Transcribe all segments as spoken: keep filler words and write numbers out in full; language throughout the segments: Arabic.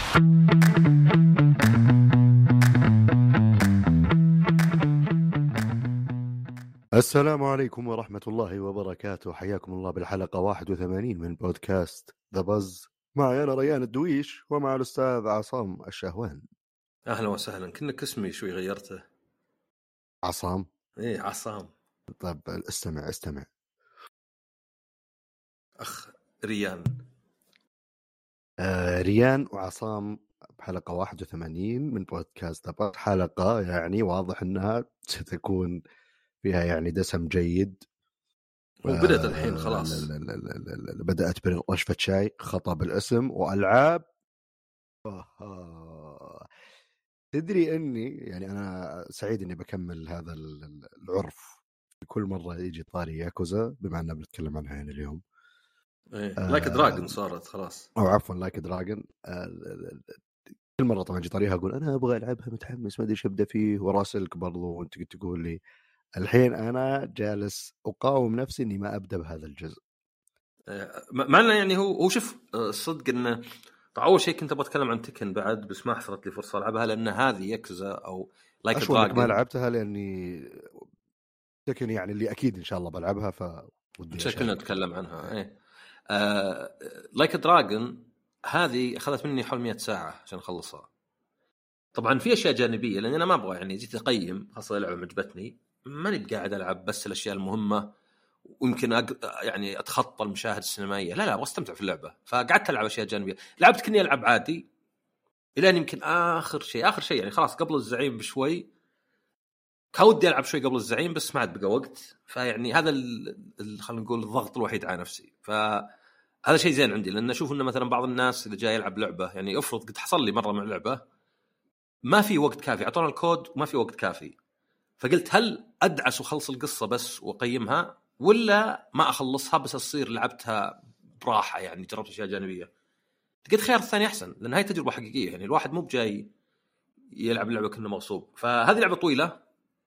السلام عليكم ورحمة الله وبركاته. حياكم الله بالحلقة واحد وثمانين من بودكاست ذا بز. معي أنا ريان الدويش ومع الأستاذ عصام الشهوان. أهلا وسهلا. كنك اسمي شوي غيرته. عصام. إيه عصام. طيب استمع استمع أخ ريان. آه ريان وعصام بحلقة واحد وثمانين من بودكاست ذا بز. حلقة يعني واضح أنها ستكون فيها يعني دسم جيد. وبدأت الحين خلاص. لا لا لا لا لا. بدأت برشفة شاي، خطأ بالاسم، وألعاب. آه. تدري أني يعني أنا سعيد أني بكمل هذا العرف كل مرة يجي طاري ياكوزا، بما أننا بنتكلم عنها يعني اليوم. إيه. آه لايك دراجون صارت خلاص، أو عفوا لايك دراجون. آه كل مرة طبعا يجي طاريها أقول أنا أبغى ألعبها، متحمس، ما أدري إيش أبدأ فيه، وراسلك برضو وأنت قلت تقول لي. الحين أنا جالس أقاوم نفسي إني ما أبدأ بهذا الجزء. آه مع إنه يعني هو هو شوف الصدق إنه أول شيء كنت بتكلم عن تكن بعد، بس ما حصلت لي فرصة ألعبها لأن هذه يكزا أو لايك دراجون ما دراجون لعبتها لأني تكن يعني اللي أكيد إن شاء الله بلعبها، فودي شكلنا نتكلم عنها. إيه آه لايك دراجون هذه أخذت مني حول مئة ساعة عشان أخلصها. طبعا في أشياء جانبية لأن أنا ما أبغى يعني جيت أقيم، خاصة اللعبة عجبتني، ماني بقاعد ألعب بس الأشياء المهمة ويمكن أق... يعني أتخطى المشاهد السينمائية. لا لا أبغى أستمتع في اللعبة، فقعدت ألعب أشياء جانبية. لعبت كني ألعب عادي إلى أن يمكن آخر شيء آخر شيء يعني خلاص قبل الزعيم بشوي كودي ألعب شوي قبل الزعيم، بس ما عاد بقى وقت. فيعني هذا ال... خلينا نقول الضغط الوحيد على نفسي. فهذا شيء زين عندي، لأن أشوف إنه مثلا بعض الناس إذا جاي يلعب لعبة يعني أفرض قد حصل لي مرة مع لعبة ما في وقت كافي، أعطونا الكود وما في وقت كافي، فقلت هل أدعس وخلص القصة بس وقيمها ولا ما أخلصها بس أصير لعبتها براحة، يعني جربت أشياء جانبية. قلت خيار الثاني أحسن، لأن هاي تجربة حقيقية، يعني الواحد مو بجاي يلعب لعبة كأنه مغصوب. فهذه لعبة طويلة.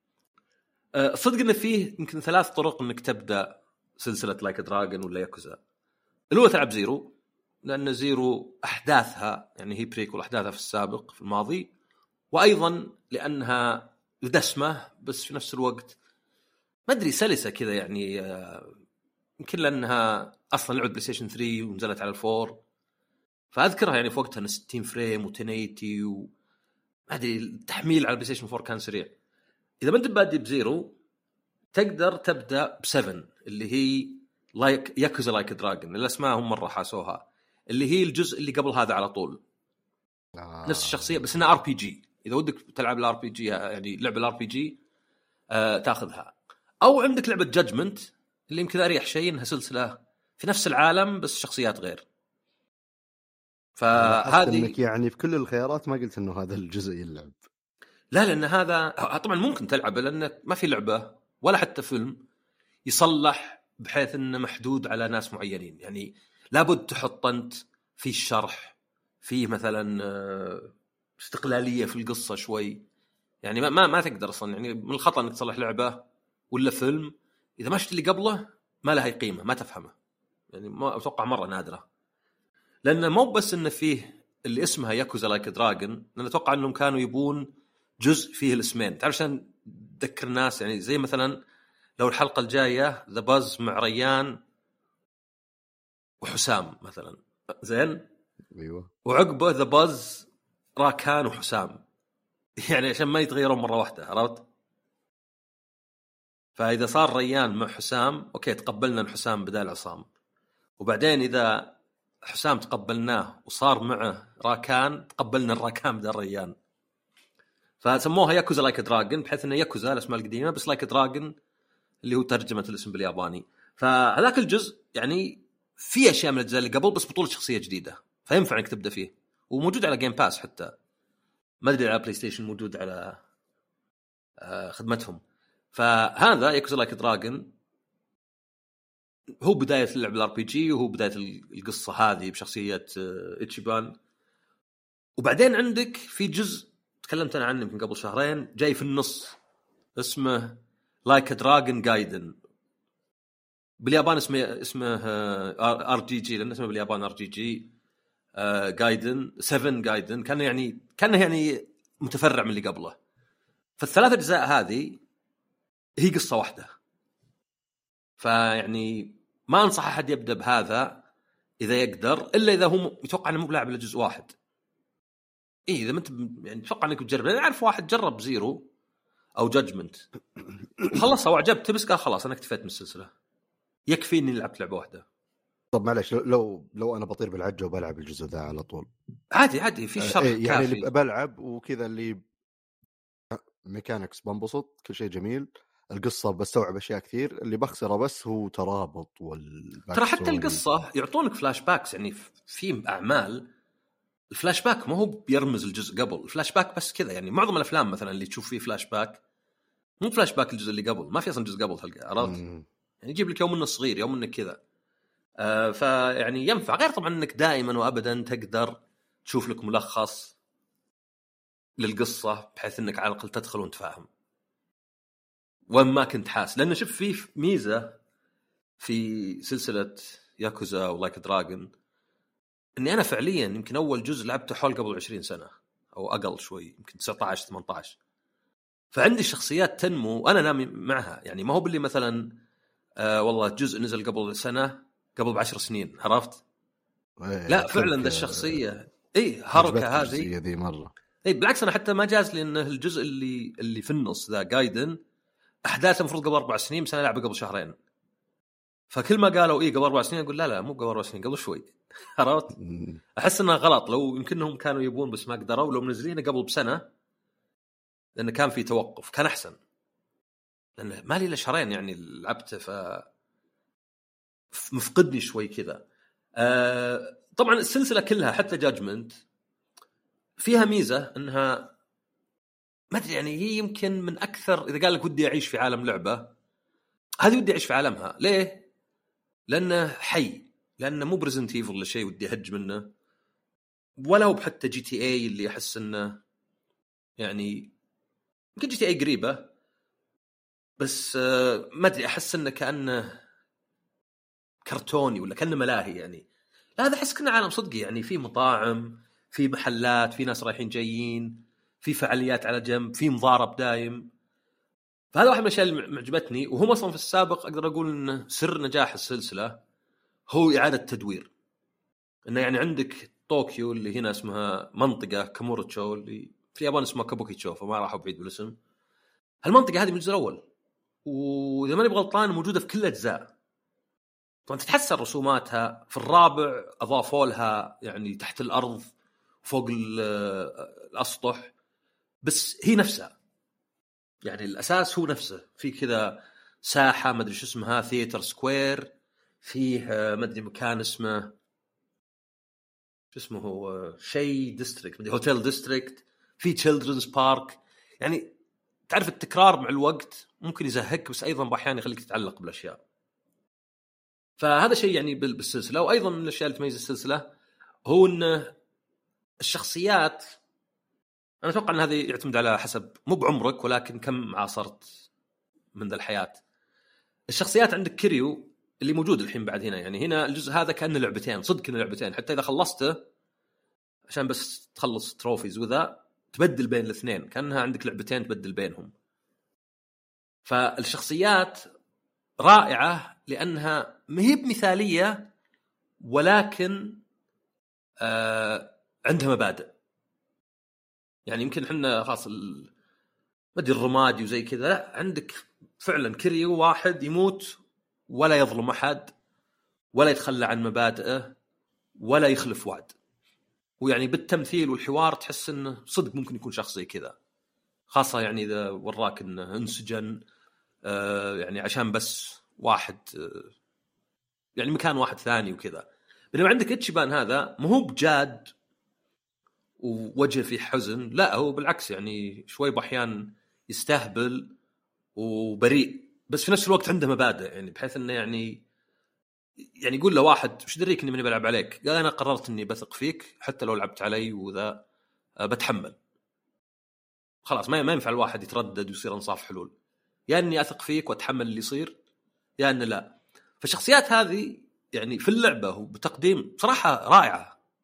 أه صدق إن فيه يمكن ثلاث طرق إنك تبدأ سلسلة لايك دراجون ولا ياكوزا. الأولى تلعب زيرو، لأن زيرو أحداثها يعني هي بريكول أحداثها في السابق في الماضي، وأيضا لأنها دسمة بس في نفس الوقت ما أدري سلسة كذا يعني. يمكن لأنها أصلا لعبة بلاي ستيشن ثري ونزلت على الفور، فأذكرها يعني في وقتها ستين فريم وتنيتي وما أدري التحميل على بلاي ستيشن فور كان سريع. إذا ما أنت بادي بزيرو تقدر تبدأ بسفن اللي هي لايك ياكوزا لايك دراجون، الأسماء هم مرة حاسوها، اللي هي الجزء اللي قبل هذا على طول. آه. نفس الشخصية بس إنها آر بي جي. إذا ودك تلعب الار بي جي يعني لعبة الار بي جي آه تاخذها. أو عندك لعبة جادجمنت اللي يمكن أريح شيء إنها سلسلة في نفس العالم بس شخصيات غير. فهذه يعني في كل الخيارات ما قلت إنه هذا الجزء يلعب. لا لأن هذا طبعا ممكن تلعبه لأن ما في لعبة ولا حتى فيلم يصلح بحيث إنه محدود على ناس معينين. يعني لابد تحط أنت في الشرح فيه مثلا استقلالية في القصة شوي، يعني ما ما, ما تقدر أصلا يعني من الخطأ إنك تصلح لعبة ولا فيلم إذا ما شفت اللي قبله ما لها قيمة ما تفهمه. يعني ما أتوقع مرة نادرة، لأن مو بس إنه فيه اللي اسمها ياكوزا لايك دراجون، لأن أتوقع إنهم كانوا يبون جزء فيه الاسمين تعرف عشان تذكر الناس. يعني زي مثلا لو الحلقة الجاية ذا باز مع ريان وحسام مثلا زين، أيوة، وعقبه ذا باز راكان وحسام، يعني عشان ما يتغيرون مرة واحدة، عرفت؟ فإذا صار ريان مع حسام أوكي تقبلنا الحسام بدال عصام، وبعدين إذا حسام تقبلناه وصار معه راكان تقبلنا الراكان بدال ريان. فسموها ياكوزا لايك دراجون بحيث إنه ياكوزا الأسماء القديمة بس لايك دراجون اللي هو ترجمة الاسم بالياباني. فهذاك الجزء يعني في أشياء من الأجزاء اللي قبل بس بطولة شخصية جديدة، فينفع إنك تبدأ فيه، وموجود على جيم باس حتى، ما أدري على بلاي ستيشن موجود على خدمتهم. فهذا ياكوزا لايك دراجون هو بداية اللعب الار بي جي وهو بداية القصة هذه بشخصية إتشيبان. وبعدين عندك في جزء تكلمت أنا عنه من قبل شهرين جاي في النص اسمه لايك دراجون جايدن، باليابان اسمه اسمه ار جي جي لأن اسمه باليابان ار جي جي. آه جايدن سفن جايدن كان يعني كان يعني متفرع من اللي قبله. فالثلاث أجزاء هذه هي قصة واحدة. فيعني ما أنصح أحد يبدأ بهذا إذا يقدر، إلا إذا هو يتوقع أنه مو بلاعب لجزء واحد. إيه إذا ما أنت يعني تتوقع أنك تجرب، أنا أعرف واحد جرب زيرو أو جادجمنت خلصها وعجبت بس قال خلاص أنا اكتفيت من السلسلة، يكفي إني لعبت لعبة واحدة. طب معلش لو لو أنا بطير بالعجة وبلعب الجزء ذا على طول عادي عادي في شرح إيه يعني كافي. اللي بلعب وكذا اللي ميكانكس بنبسط كل شيء جميل، القصة بستوعب أشياء كثير، اللي بخسره بس هو ترابط والباك ترى حتى ستوري. القصة يعطونك فلاش باكس، يعني في أعمال الفلاش باك ما هو بيرمز الجزء قبل، الفلاش باك بس كذا. يعني معظم الأفلام مثلا اللي تشوف فيه فلاش باك مو فلاش باك الجزء اللي قبل، ما في أصلا جزء قبل تلقى، عرفت؟ يعني يجيب لك يوم منه صغير يوم منه كذا. آه فيعني ينفع، غير طبعا أنك دائما وأبدا تقدر تشوف لك ملخص للقصة بحيث أنك على الأقل تدخل وانت فاهم وين ما كنت حاس. لأنه شوف فيه ميزة في سلسلة ياكوزا ولايك دراجون اني انا فعليا يمكن اول جزء لعبته حول قبل عشرين سنة او اقل شوي، يمكن تسعة عشر ثمانية عشر. فعندي شخصيات تنمو وانا نامي معها، يعني ما هو باللي مثلا آه والله جزء نزل قبل سنة قبل بعشر سنين، عرفت؟ إيه لا فعلا ذا الشخصية اي هركة هذه ذي مرة. اي بالعكس انا حتى ما جاز لي انه الجزء اللي اللي في النص ذا جايدن احداثه المفروض قبل اربع سنين بس انا لعبه قبل شهرين. فكل ما قالوا ايه قبل اربع سنين اقول لا لا مو قبل اربع سنين قبل شوي، عرفت؟ احس انها غلط، لو يمكنهم كانوا يبون بس ما قدروا، لو منزلينه قبل بسنه لانه كان في توقف كان احسن، لانه ما لي الا شهرين يعني لعبته ف مفقدني شوي كذا. آه طبعا السلسله كلها حتى جاجمنت فيها ميزه انها ما ادري يعني هي يمكن من اكثر، اذا قال لك ودي اعيش في عالم لعبه هذه ودي اعيش في عالمها. ليه؟ لانه حي، لانه مو بريزنت ايفل ولا شيء ودي اهج منه، ولا هو بحتى جي تي اي اللي احس انه يعني يمكن جي تي اي قريبه بس آه ما ادري احس انه كانه كرتوني ولا كانه ملاهي. يعني لا هذا احس كنا عالم صدقي، يعني في مطاعم في محلات في ناس رايحين جايين في فعاليات على جنب في مضارب دايم. فهذا واحد من الاشياء اللي معجبتني، وهم اصلا في السابق اقدر اقول ان سر نجاح السلسله هو اعاده تدوير. انه يعني عندك طوكيو اللي هنا اسمها منطقه كامورتشو اللي في اليابان اسمها كابوكيتشو فما راحوا بعيد بالاسم. هالمنطقه هذه من الجزء الاول واذا ماني بغلطان موجوده في كل الاجزاء. طبعا تتحسن رسوماتها، في الرابع اضافوا لها يعني تحت الارض فوق الاسطح بس هي نفسها، يعني الاساس هو نفسه. في كذا ساحه ما ادري شو اسمها ثياتر سكوير، فيه ما ادري مكان اسمه شو اسمه هو شيء ديستريكت بدي هوتيل ديستريكت، في تشيلدرنز بارك. يعني تعرف التكرار مع الوقت ممكن يزهقك بس ايضا باحيان يخليك تتعلق بالاشياء. فهذا شيء يعني بالسلسله. وايضا من الاشياء اللي تميز السلسله هو ان الشخصيات انا اتوقع ان هذه يعتمد على حسب مو بعمرك ولكن كم عاصرت من ذا الحياه. الشخصيات عندك كيريو اللي موجود الحين بعد هنا، يعني هنا الجزء هذا كأنه لعبتين صدق، كأنه لعبتين حتى إذا خلصته عشان بس تخلص تروفيز وذا تبدل بين الاثنين كأنها عندك لعبتين تبدل بينهم. فالشخصيات رائعة لأنها مهي بمثالية ولكن آه عندها مبادئ. يعني يمكن احنا خاص ال... ما ادري الرمادي وزي كذا، لا عندك فعلا كيريو واحد يموت ولا يظلم أحد ولا يتخلى عن مبادئه ولا يخلف وعد. ويعني بالتمثيل والحوار تحس انه صدق ممكن يكون شخص زي كذا، خاصة يعني إذا وراك انه انسجن آه يعني عشان بس واحد آه يعني مكان واحد ثاني وكذا. بينما عندك اتشيبان هذا مو هو بجاد ووجه فيه حزن، لا هو بالعكس يعني شوي بأحيان يستهبل وبريء بس في نفس الوقت عنده مبادئ، يعني بحيث انه يعني يعني يقول له واحد وش دريك اني ماني بلعب عليك؟ قال انا قررت اني بثق فيك حتى لو لعبت علي وذا بتحمل. خلاص ما ما ينفع الواحد يتردد ويصير انصاف حلول، يا يعني اني اثق فيك واتحمل اللي يصير يا يعني ان لا. فالشخصيات هذه يعني في اللعبه وبتقديم صراحه رائعه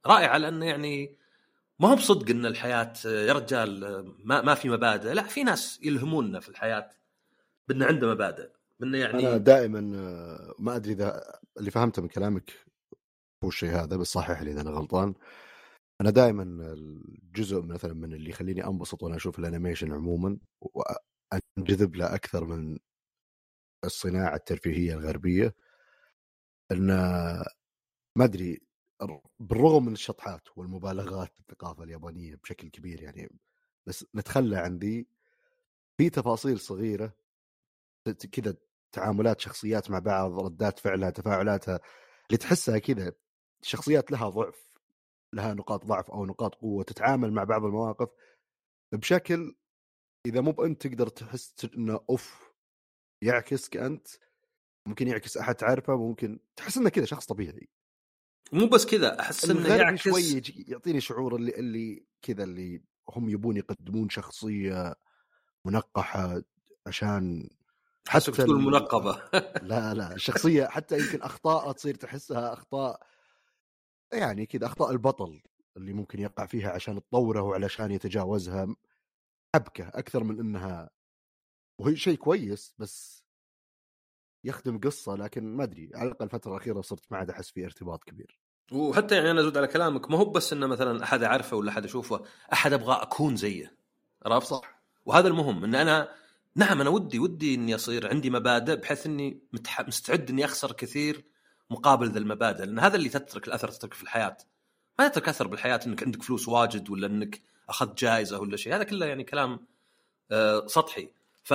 رائعه، لانه يعني ما هو بصدق ان الحياه يا رجال ما ما في مبادئ، لا في ناس يلهموننا في الحياه بدنا عنده مبادئ، بدنا يعني انا دائما ما ادري اذا اللي فهمته من كلامك هو الشيء هذا، بس صحح لي اذا انا غلطان. انا دائما الجزء مثلا من اللي يخليني انبسط وانا اشوف الانيميشن عموما وانجذب له اكثر من الصناعه الترفيهيه الغربيه، ان ما ادري بالرغم من الشطحات والمبالغات في الثقافه اليابانيه بشكل كبير يعني، بس نتخلى عن ذي في تفاصيل صغيره كذا، تعاملات شخصيات مع بعض، ردات فعلها، تفاعلاتها اللي تحسها كذا شخصيات لها ضعف، لها نقاط ضعف او نقاط قوه، تتعامل مع بعض المواقف بشكل اذا مو بانت تقدر تحس انه اوف يعكسك انت، ممكن يعكس احد تعرفه، ممكن تحس انه كذا شخص طبيعي. مو بس كذا، احس انه يعكس شوي يجي يعطيني شعور اللي اللي كذا اللي هم يبون يقدمون شخصيه منقحه عشان حتى تقول منقبه. لا لا الشخصيه حتى يمكن اخطاء تصير تحسها اخطاء يعني كذا، اخطاء البطل اللي ممكن يقع فيها عشان تطوره وعلشان يتجاوزها، حبكه اكثر من انها، وهي شيء كويس بس يخدم قصه، لكن ما ادري على الاقل الفتره الاخيره صرت ما عاد احس في ارتباط كبير. وحتى يعني انا ازود على كلامك، ما هو بس انه مثلا احد اعرفه ولا احد اشوفه، احد ابغى اكون زيه، عرفت؟ صح. وهذا المهم، ان انا نعم انا ودي ودي اني اصير عندي مبادئ بحيث اني متح... مستعد اني اخسر كثير مقابل ذا المبادئ، لان هذا اللي تترك الاثر، تترك في الحياه. ما يترك اثر بالحياه انك عندك فلوس واجد ولا انك اخذت جائزه ولا شيء، هذا كله يعني كلام آه سطحي. ف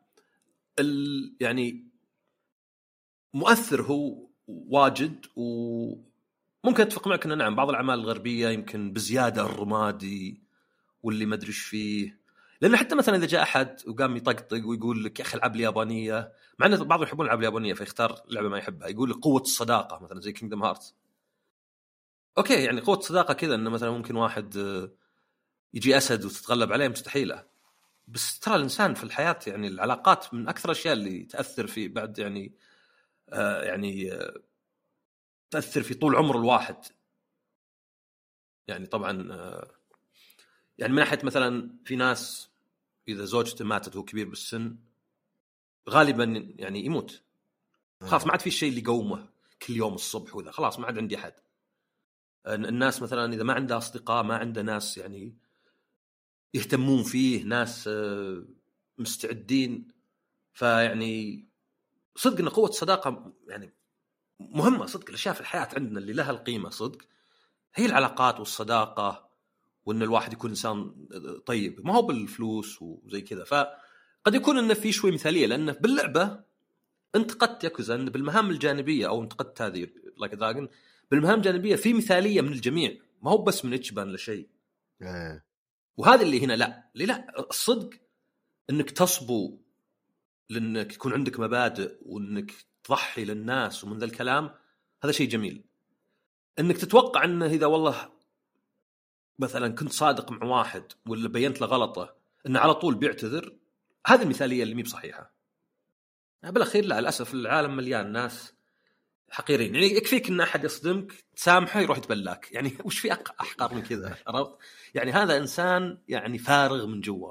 ال... يعني مؤثر هو واجد، وممكن اتفق معك ان نعم بعض الاعمال الغربيه يمكن بزياده الرمادي واللي ما ادري ايش فيه، لان حتى مثلا اذا جاء احد وقام يطقطق ويقول لك يا اخي العب اليابانيه، مع ان بعضهم يحبون العاب اليابانيه فيختار لعبه ما يحبها، يقول لك قوه الصداقه مثلا زي كينجدم هارت. اوكي يعني قوه الصداقه كذا، انه مثلا ممكن واحد يجي اسد وتتغلب عليه مستحيله، بس ترى الانسان في الحياه يعني العلاقات من اكثر الاشياء اللي تاثر في بعد يعني آه يعني آه تاثر في طول عمر الواحد. يعني طبعا آه يعني من ناحيه مثلا في ناس اذا زوجته ماتت وهو كبير بالسن غالبا يعني يموت، خلاص ما عاد في شيء اللي يقومه كل يوم الصبح، وذا خلاص ما عاد عندي احد. الناس مثلا اذا ما عنده اصدقاء، ما عنده ناس يعني يهتمون فيه، ناس مستعدين، فيعني صدق ان قوه الصداقه يعني مهمه صدق. الاشياء في الحياه عندنا اللي لها القيمه صدق هي العلاقات والصداقه، وان الواحد يكون انسان طيب، ما هو بالفلوس وزي كذا. فقد يكون انه في شوي مثاليه، لانه باللعبه انتقدت ياكوزا ان بالمهام الجانبيه، او انتقدت هذه لايك دراجون بالمهام الجانبيه في مثاليه من الجميع، ما هو بس من اتشبان لشيء. آه. وهذا اللي هنا لا اللي لا الصدق انك تصبو لانك يكون عندك مبادئ وانك تضحي للناس ومن ذا الكلام، هذا شيء جميل. انك تتوقع انه اذا والله مثلا كنت صادق مع واحد ولا بينت له غلطه انه على طول بيعتذر، هذه المثاليه اللي مي بصحيحه. بالاخير لا، للاسف العالم مليان ناس حقيرين، يعني يكفيك ان احد يصدمك تسامحه يروح يتبلاك، يعني وش في احقر من كذا؟ عرفت؟ يعني هذا انسان يعني فارغ من جوا،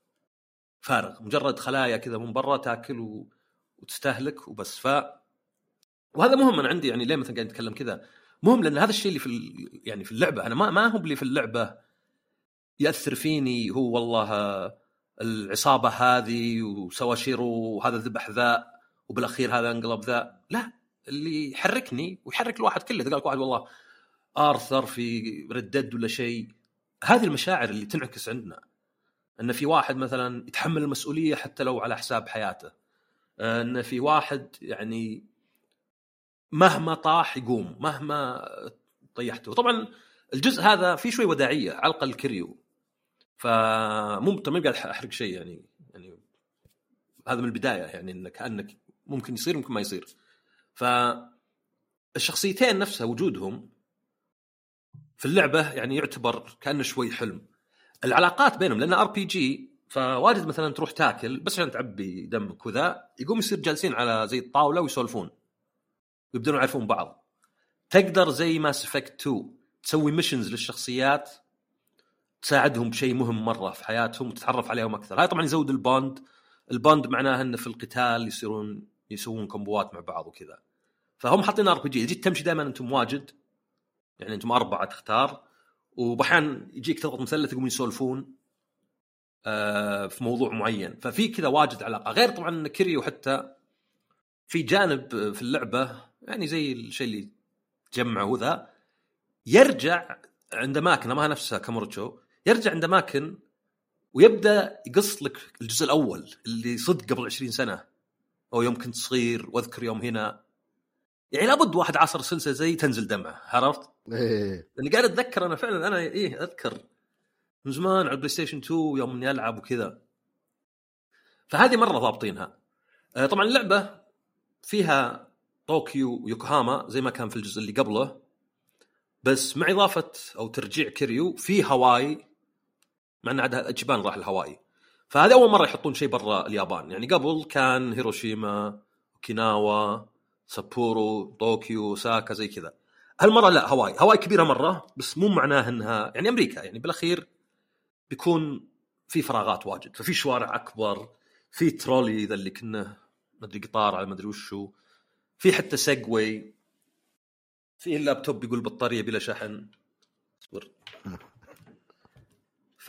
فارغ مجرد خلايا كذا من برا تاكل و... وتستهلك وبس. ف وهذا مهم. انا عندي يعني ليه مثلا قاعد نتكلم كذا مهم، لان هذا الشيء اللي في ال... يعني في اللعبه انا ما ما هو اللي في اللعبه ياثر فيني هو والله العصابه هذه وسوى شيرو وهذا ذبح ذا وبالاخير هذا انقلب ذا، لا اللي يحركني ويحرك الواحد كله. قال واحد والله آرثر في ردد ولا شيء، هذه المشاعر اللي تنعكس عندنا، أن في واحد مثلا يتحمل المسؤولية حتى لو على حساب حياته، أن في واحد يعني مهما طاح يقوم مهما طيحته. طبعا الجزء هذا فيه شوي وداعية على الأقل كريو، فممكن ما قاعد أحرق شيء يعني يعني هذا من البداية، يعني إنك كأنك ممكن يصير ممكن ما يصير. فالشخصيتين نفسها وجودهم في اللعبة يعني يعتبر كأنه شوي حلم. العلاقات بينهم لأنه آر بي جي، فواجد مثلا تروح تاكل بس عشان تعبي دمك وذا، يقوم يصير جالسين على زي الطاولة ويسولفون ويبدون يعرفون بعض. تقدر زي ما سفكت تو تسوي ميشنز للشخصيات تساعدهم بشيء مهم مرة في حياتهم وتتعرف عليهم أكثر. هاي طبعا يزود البوند. البوند معناه أن في القتال يصيرون يسوون كومبوات مع بعض وكذا. فهم حاطين ار بي جي يجي تمشي دائما أنتم واجد، يعني أنتم أربعة تختار، وبحيان يجيك تضغط مثلث يقومون يسولفون آه في موضوع معين. ففي كذا واجد علاقة. غير طبعا كيريو حتى في جانب في اللعبة يعني زي الشيء اللي تجمعه ذا، يرجع عند ماكنة ما نفسها كامورتشو، يرجع عند ماكن ويبدأ يقص لك الجزء الأول اللي صدق قبل عشرين سنة أو يوم كنت صغير واذكر يوم هنا. يعني لابد واحد عصر سلسلة زي تنزل دمعة، عرفت؟ إيه. لأني قاعد أتذكر أنا فعلا أنا إيه أذكر من زمان على البلاي ستيشن تو يوم إني ألعب وكذا. فهذه مرة ضابطينها. آه طبعا اللعبة فيها طوكيو ويوكوهاما زي ما كان في الجزء اللي قبله، بس مع إضافة أو ترجيع كيريو في هاواي، مع أن عادها أجبان راح الهواي. فهذا أول مرة يحطون شيء برا اليابان. يعني قبل كان هيروشيما، اوكيناوا، سابورو، طوكيو، ساكا زي كذا. هالمرة لا، هواي. هواي كبيرة مرة، بس مو معناه أنها يعني أمريكا. يعني بالأخير بيكون في فراغات واجد، ففي شوارع أكبر، في ترولي ذا اللي كنا مدري قطار على مدري وشو، في حتى سيجوي، في اللابتوب يقول بطارية بلا شحن. اصبر. ف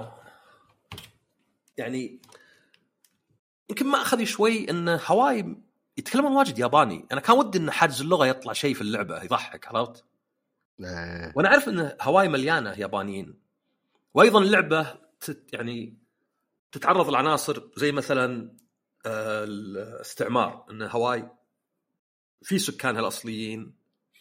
يعني يمكن ما أخذ شوي إن هواي يتكلمون واجد ياباني. أنا كان ودي إن حاجز اللغة يطلع شيء في اللعبة يضحك، عرفت؟ إيه. وأنا أعرف إن هواي مليانة يابانيين. وأيضا اللعبة تت يعني تتعرض العناصر زي مثلا آه الاستعمار، إن هواي في سكانها الأصليين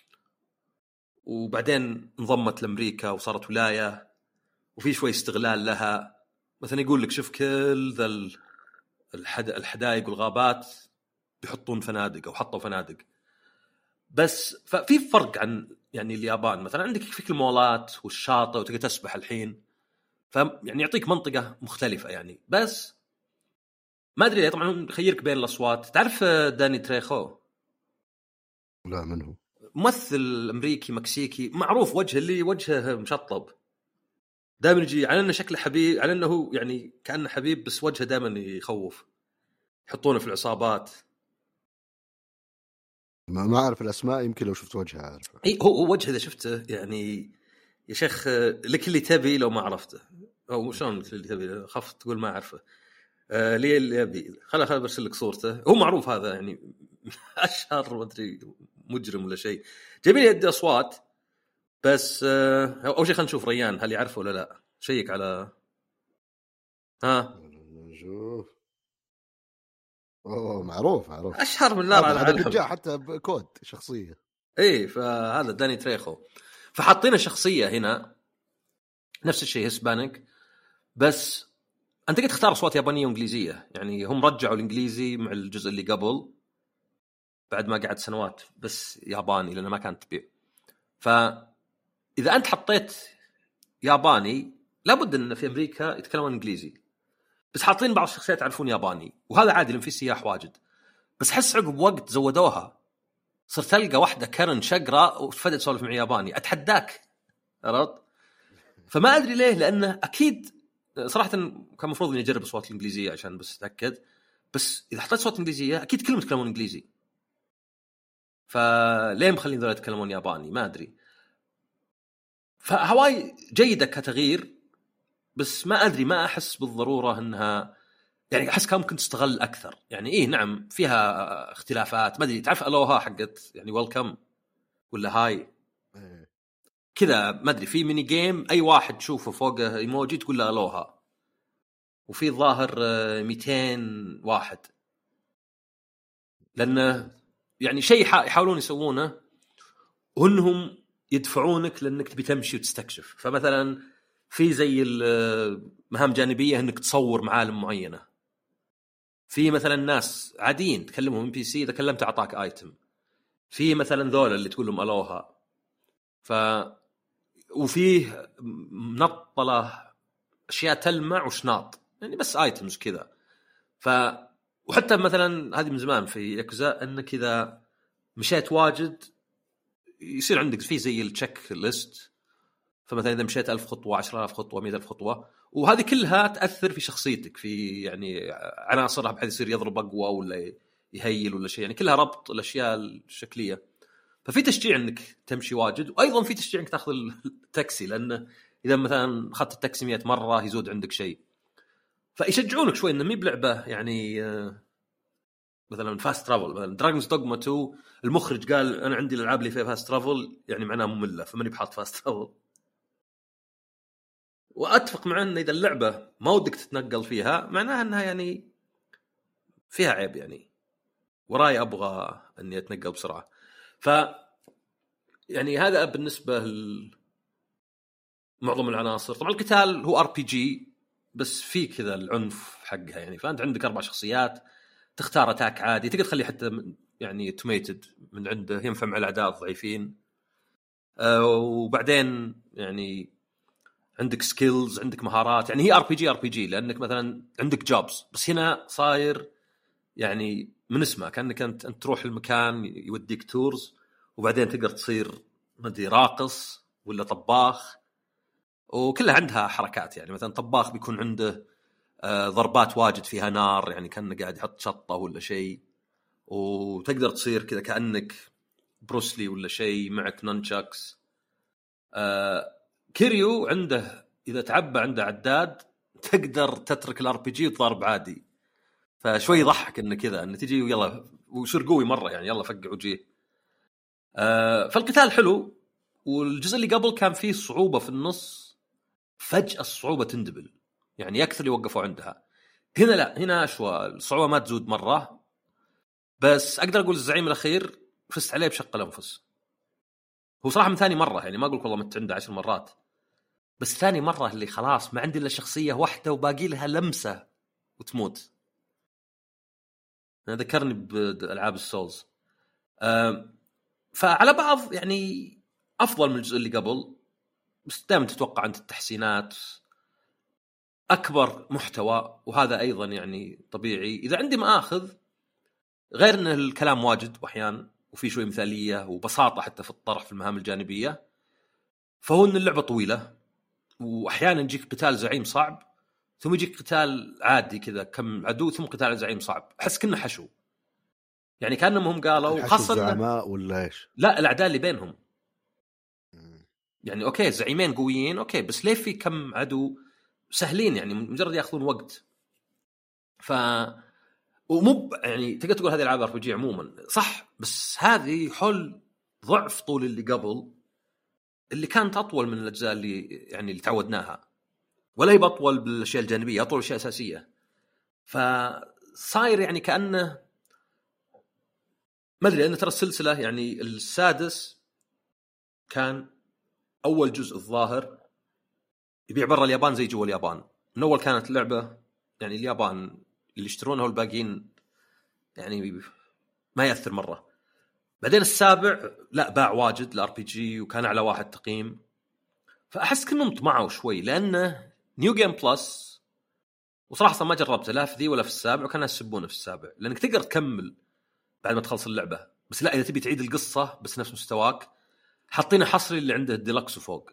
وبعدين انضمت لأمريكا وصارت ولاية، وفي شوي استغلال لها. مثلا يقول لك شوف كل ذا الحد... الحدائق والغابات بيحطون فنادق أو حطوا فنادق. بس ففي فرق عن يعني اليابان. مثلا عندك فيك المولات والشاطئ وتقدر تسبح الحين، فيعني يعطيك منطقة مختلفة يعني. بس ما أدري طبعا خيرك بين الأصوات. تعرف داني تريخو؟ لا، منه ممثل أمريكي مكسيكي معروف، وجهه اللي وجهه مشطب دائما يجي على انه شكله حبيب، على انه يعني كأنه حبيب، بس وجهه دائما يخوف، يحطونه في العصابات. ما ما اعرف الاسماء، يمكن لو شفت وجهه اعرفه. اي هو هو وجهه اذا شفته يعني يا شيخ لك اللي تبي لو ما عرفته، او شلون اللي تبي خفت تقول ما اعرفه. آه ليه اللي ابي خلا خلا برسل لك صورته. هو معروف هذا يعني اشهر ما ادري مجرم ولا شيء. جايبين يدي اصوات بس. آه اول شيء خلينا نشوف ريان هل يعرفه ولا لا. شيك على ها نشوف. اوه معروف معروف اشهر من نار على هذا جاء حتى بكود شخصيه. ايه فهذا داني تريخو. فحاطين شخصيه هنا نفس الشيء هسبانيك، بس انت قد تختار اصوات يابانيه وانجليزيه. يعني هم رجعوا الانجليزي مع الجزء اللي قبل بعد ما قعد سنوات بس ياباني لانه ما كانت تبيع. فاذا انت حطيت ياباني لابد ان في امريكا يتكلمون انجليزي، بس حاطين بعض الشخصيات يعرفون ياباني، وهذا عادي لان في سياح واجد. بس حس عقب وقت زودوها، صرت تلقى واحده كارن شقراء وفدت تسولف مع ياباني اتحداك، عرفت؟ فما ادري ليه، لانه اكيد صراحه كان المفروض اني اجرب اصوات الانجليزيه عشان بس اتاكد. بس اذا حطيت صوت انجليزيه اكيد كلهم يتكلمون انجليزي، فليه مخلين ذول يتكلمون ياباني ما ادري. فهواي جيده كتغيير، بس ما ادري ما احس بالضروره انها يعني احس كان ممكن تستغل اكثر. يعني ايه نعم فيها اختلافات، ما ادري تعرف الوها حقت يعني ويلكم ولا هاي كذا ما ادري، في ميني جيم اي واحد تشوفه فوقه ايموجي تقول له الوها، وفي ظاهر مئتين واحد، لانه يعني شيء يحاولون يسوونه وانهم يدفعونك لانك تبي تمشي وتستكشف. فمثلا في زي المهام جانبيه انك تصور معالم معينه، في مثلا ناس عاديين تكلمهم ام بي سي اذا كلمت اعطاك ايتم، في مثلا ذول اللي تقول لهم الوها. ف وفيه منطله اشياء تلمع وشناط يعني بس ايتمز كذا. ف وحتى مثلا هذه من زمان في ياكوزا انك اذا مشيت واجد يصير عندك في زي التشيك ليست فمثلا اذا مشيت ألف خطوه عشرة آلاف خطوه مئة ألف خطوه، وهذه كلها تاثر في شخصيتك في يعني عناصرها بحيث يصير يضرب اقوى ولا يهيل ولا شيء، يعني كلها ربط الاشياء الشكليه. ففي تشجيع انك تمشي واجد، وايضا في تشجيع انك تاخذ التاكسي، لانه اذا مثلا اخذت التاكسي مئة مره يزود عندك شيء. فيشجعونك شوي انه مي بلعبه يعني مثلا فاست ترافل. مثلا دراجونز دوغما تو المخرج قال انا عندي الالعاب اللي فيها فاست ترافل يعني معناها ممله، فماني بحاط فاست ترافل. واتفق مع ان اذا اللعبه ما ودك تتنقل فيها معناها انها يعني فيها عيب يعني، وراي ابغى اني اتنقل بسرعه. ف يعني هذا بالنسبه لمعظم العناصر. طبعا القتال هو ار بي جي بس في كذا العنف حقها يعني، فانت عندك اربع شخصيات تختار اتاك عادي، تقدر تخلي حتى يعني توميتد من عنده ينفع مع الاعداء الضعيفين. أه وبعدين يعني عندك سكيلز، عندك مهارات، يعني هي ار بي جي ار بي جي لانك مثلا عندك جوبز، بس هنا صاير يعني من اسمه كانك انت انت تروح المكان يوديك تورز، وبعدين تقدر تصير مدري راقص ولا طباخ، وكلها عندها حركات. يعني مثلا طباخ بيكون عنده آه ضربات واجد فيها نار، يعني كأنه قاعد يحط شطة ولا شيء، وتقدر تصير كذا كأنك بروسلي ولا شيء، معك نونشاكس. آه كيريو عنده إذا تعبى عنده عداد تقدر تترك الار بي جي وتضارب عادي، فشوي يضحك إنه كذا إنه تجي ويلا ويصير قوي مرة يعني يلا فقع وجيه. آه فالقتال حلو. والجزء اللي قبل كان فيه صعوبة في النص، فجأة الصعوبة تندبل يعني يكثر اللي وقفوا عندها. هنا لا، هنا شوى الصعوبة ما تزود مرة، بس أقدر أقول الزعيم الأخير فزت عليه بشق الأنفس. هو صراحة من ثاني مرة يعني ما أقولك والله مت عنده عشر مرات، بس ثاني مرة اللي خلاص ما عندي إلا شخصية واحدة وباقي لها لمسة وتموت. أنا ذكرني بألعاب السولز. أه فعلى بعض يعني أفضل من الجزء اللي قبل، بس دائما تتوقع أنت التحسينات أكبر محتوى، وهذا أيضا يعني طبيعي إذا عندي ما أخذ، غير أن الكلام واجد وأحيان وفي شوي مثالية وبساطة حتى في الطرح في المهام الجانبية. فهو أن اللعبة طويلة، وأحيانا يجيك قتال زعيم صعب ثم يجيك قتال عادي كذا كم عدو ثم قتال زعيم صعب، أحس كنا حشو يعني كأنهم هم قالوا خاصة الزعماء ولا إيش؟ لا الأعداء اللي بينهم يعني أوكي زعيمين قويين أوكي، بس ليه في كم عدو سهلين يعني مجرد يأخذون وقت. ف ومو يعني تقدر تقول هذه العاب ار بي جي عموما صح، بس هذه حل ضعف طول اللي قبل اللي كانت اطول من الاجزاء اللي يعني اللي تعودناها، ولا هي اطول بالاشياء الجانبيه، اطول اشياء اساسيه. فصاير يعني كانه ما ادري، لان ترى السلسله يعني السادس كان اول جزء الظاهر يبيع برا اليابان زي جوا اليابان. من اول كانت اللعبه يعني اليابان اللي يشترونها والباقيين يعني ما يأثر مرة. بعدين السابع لا باع واجد الار بي جي وكان على واحد تقييم، فأحس كنهم طمعوا شوي لأنه نيو جيم بلس. وصراحة ما جربته لا في ذي ولا في السابع، وكان يسبونه في السابع لأنك تقدر تكمل بعد ما تخلص اللعبة، بس لا إذا تبي تعيد القصة بس نفس مستواك حاطين حصري اللي عنده الديلكس وفوق.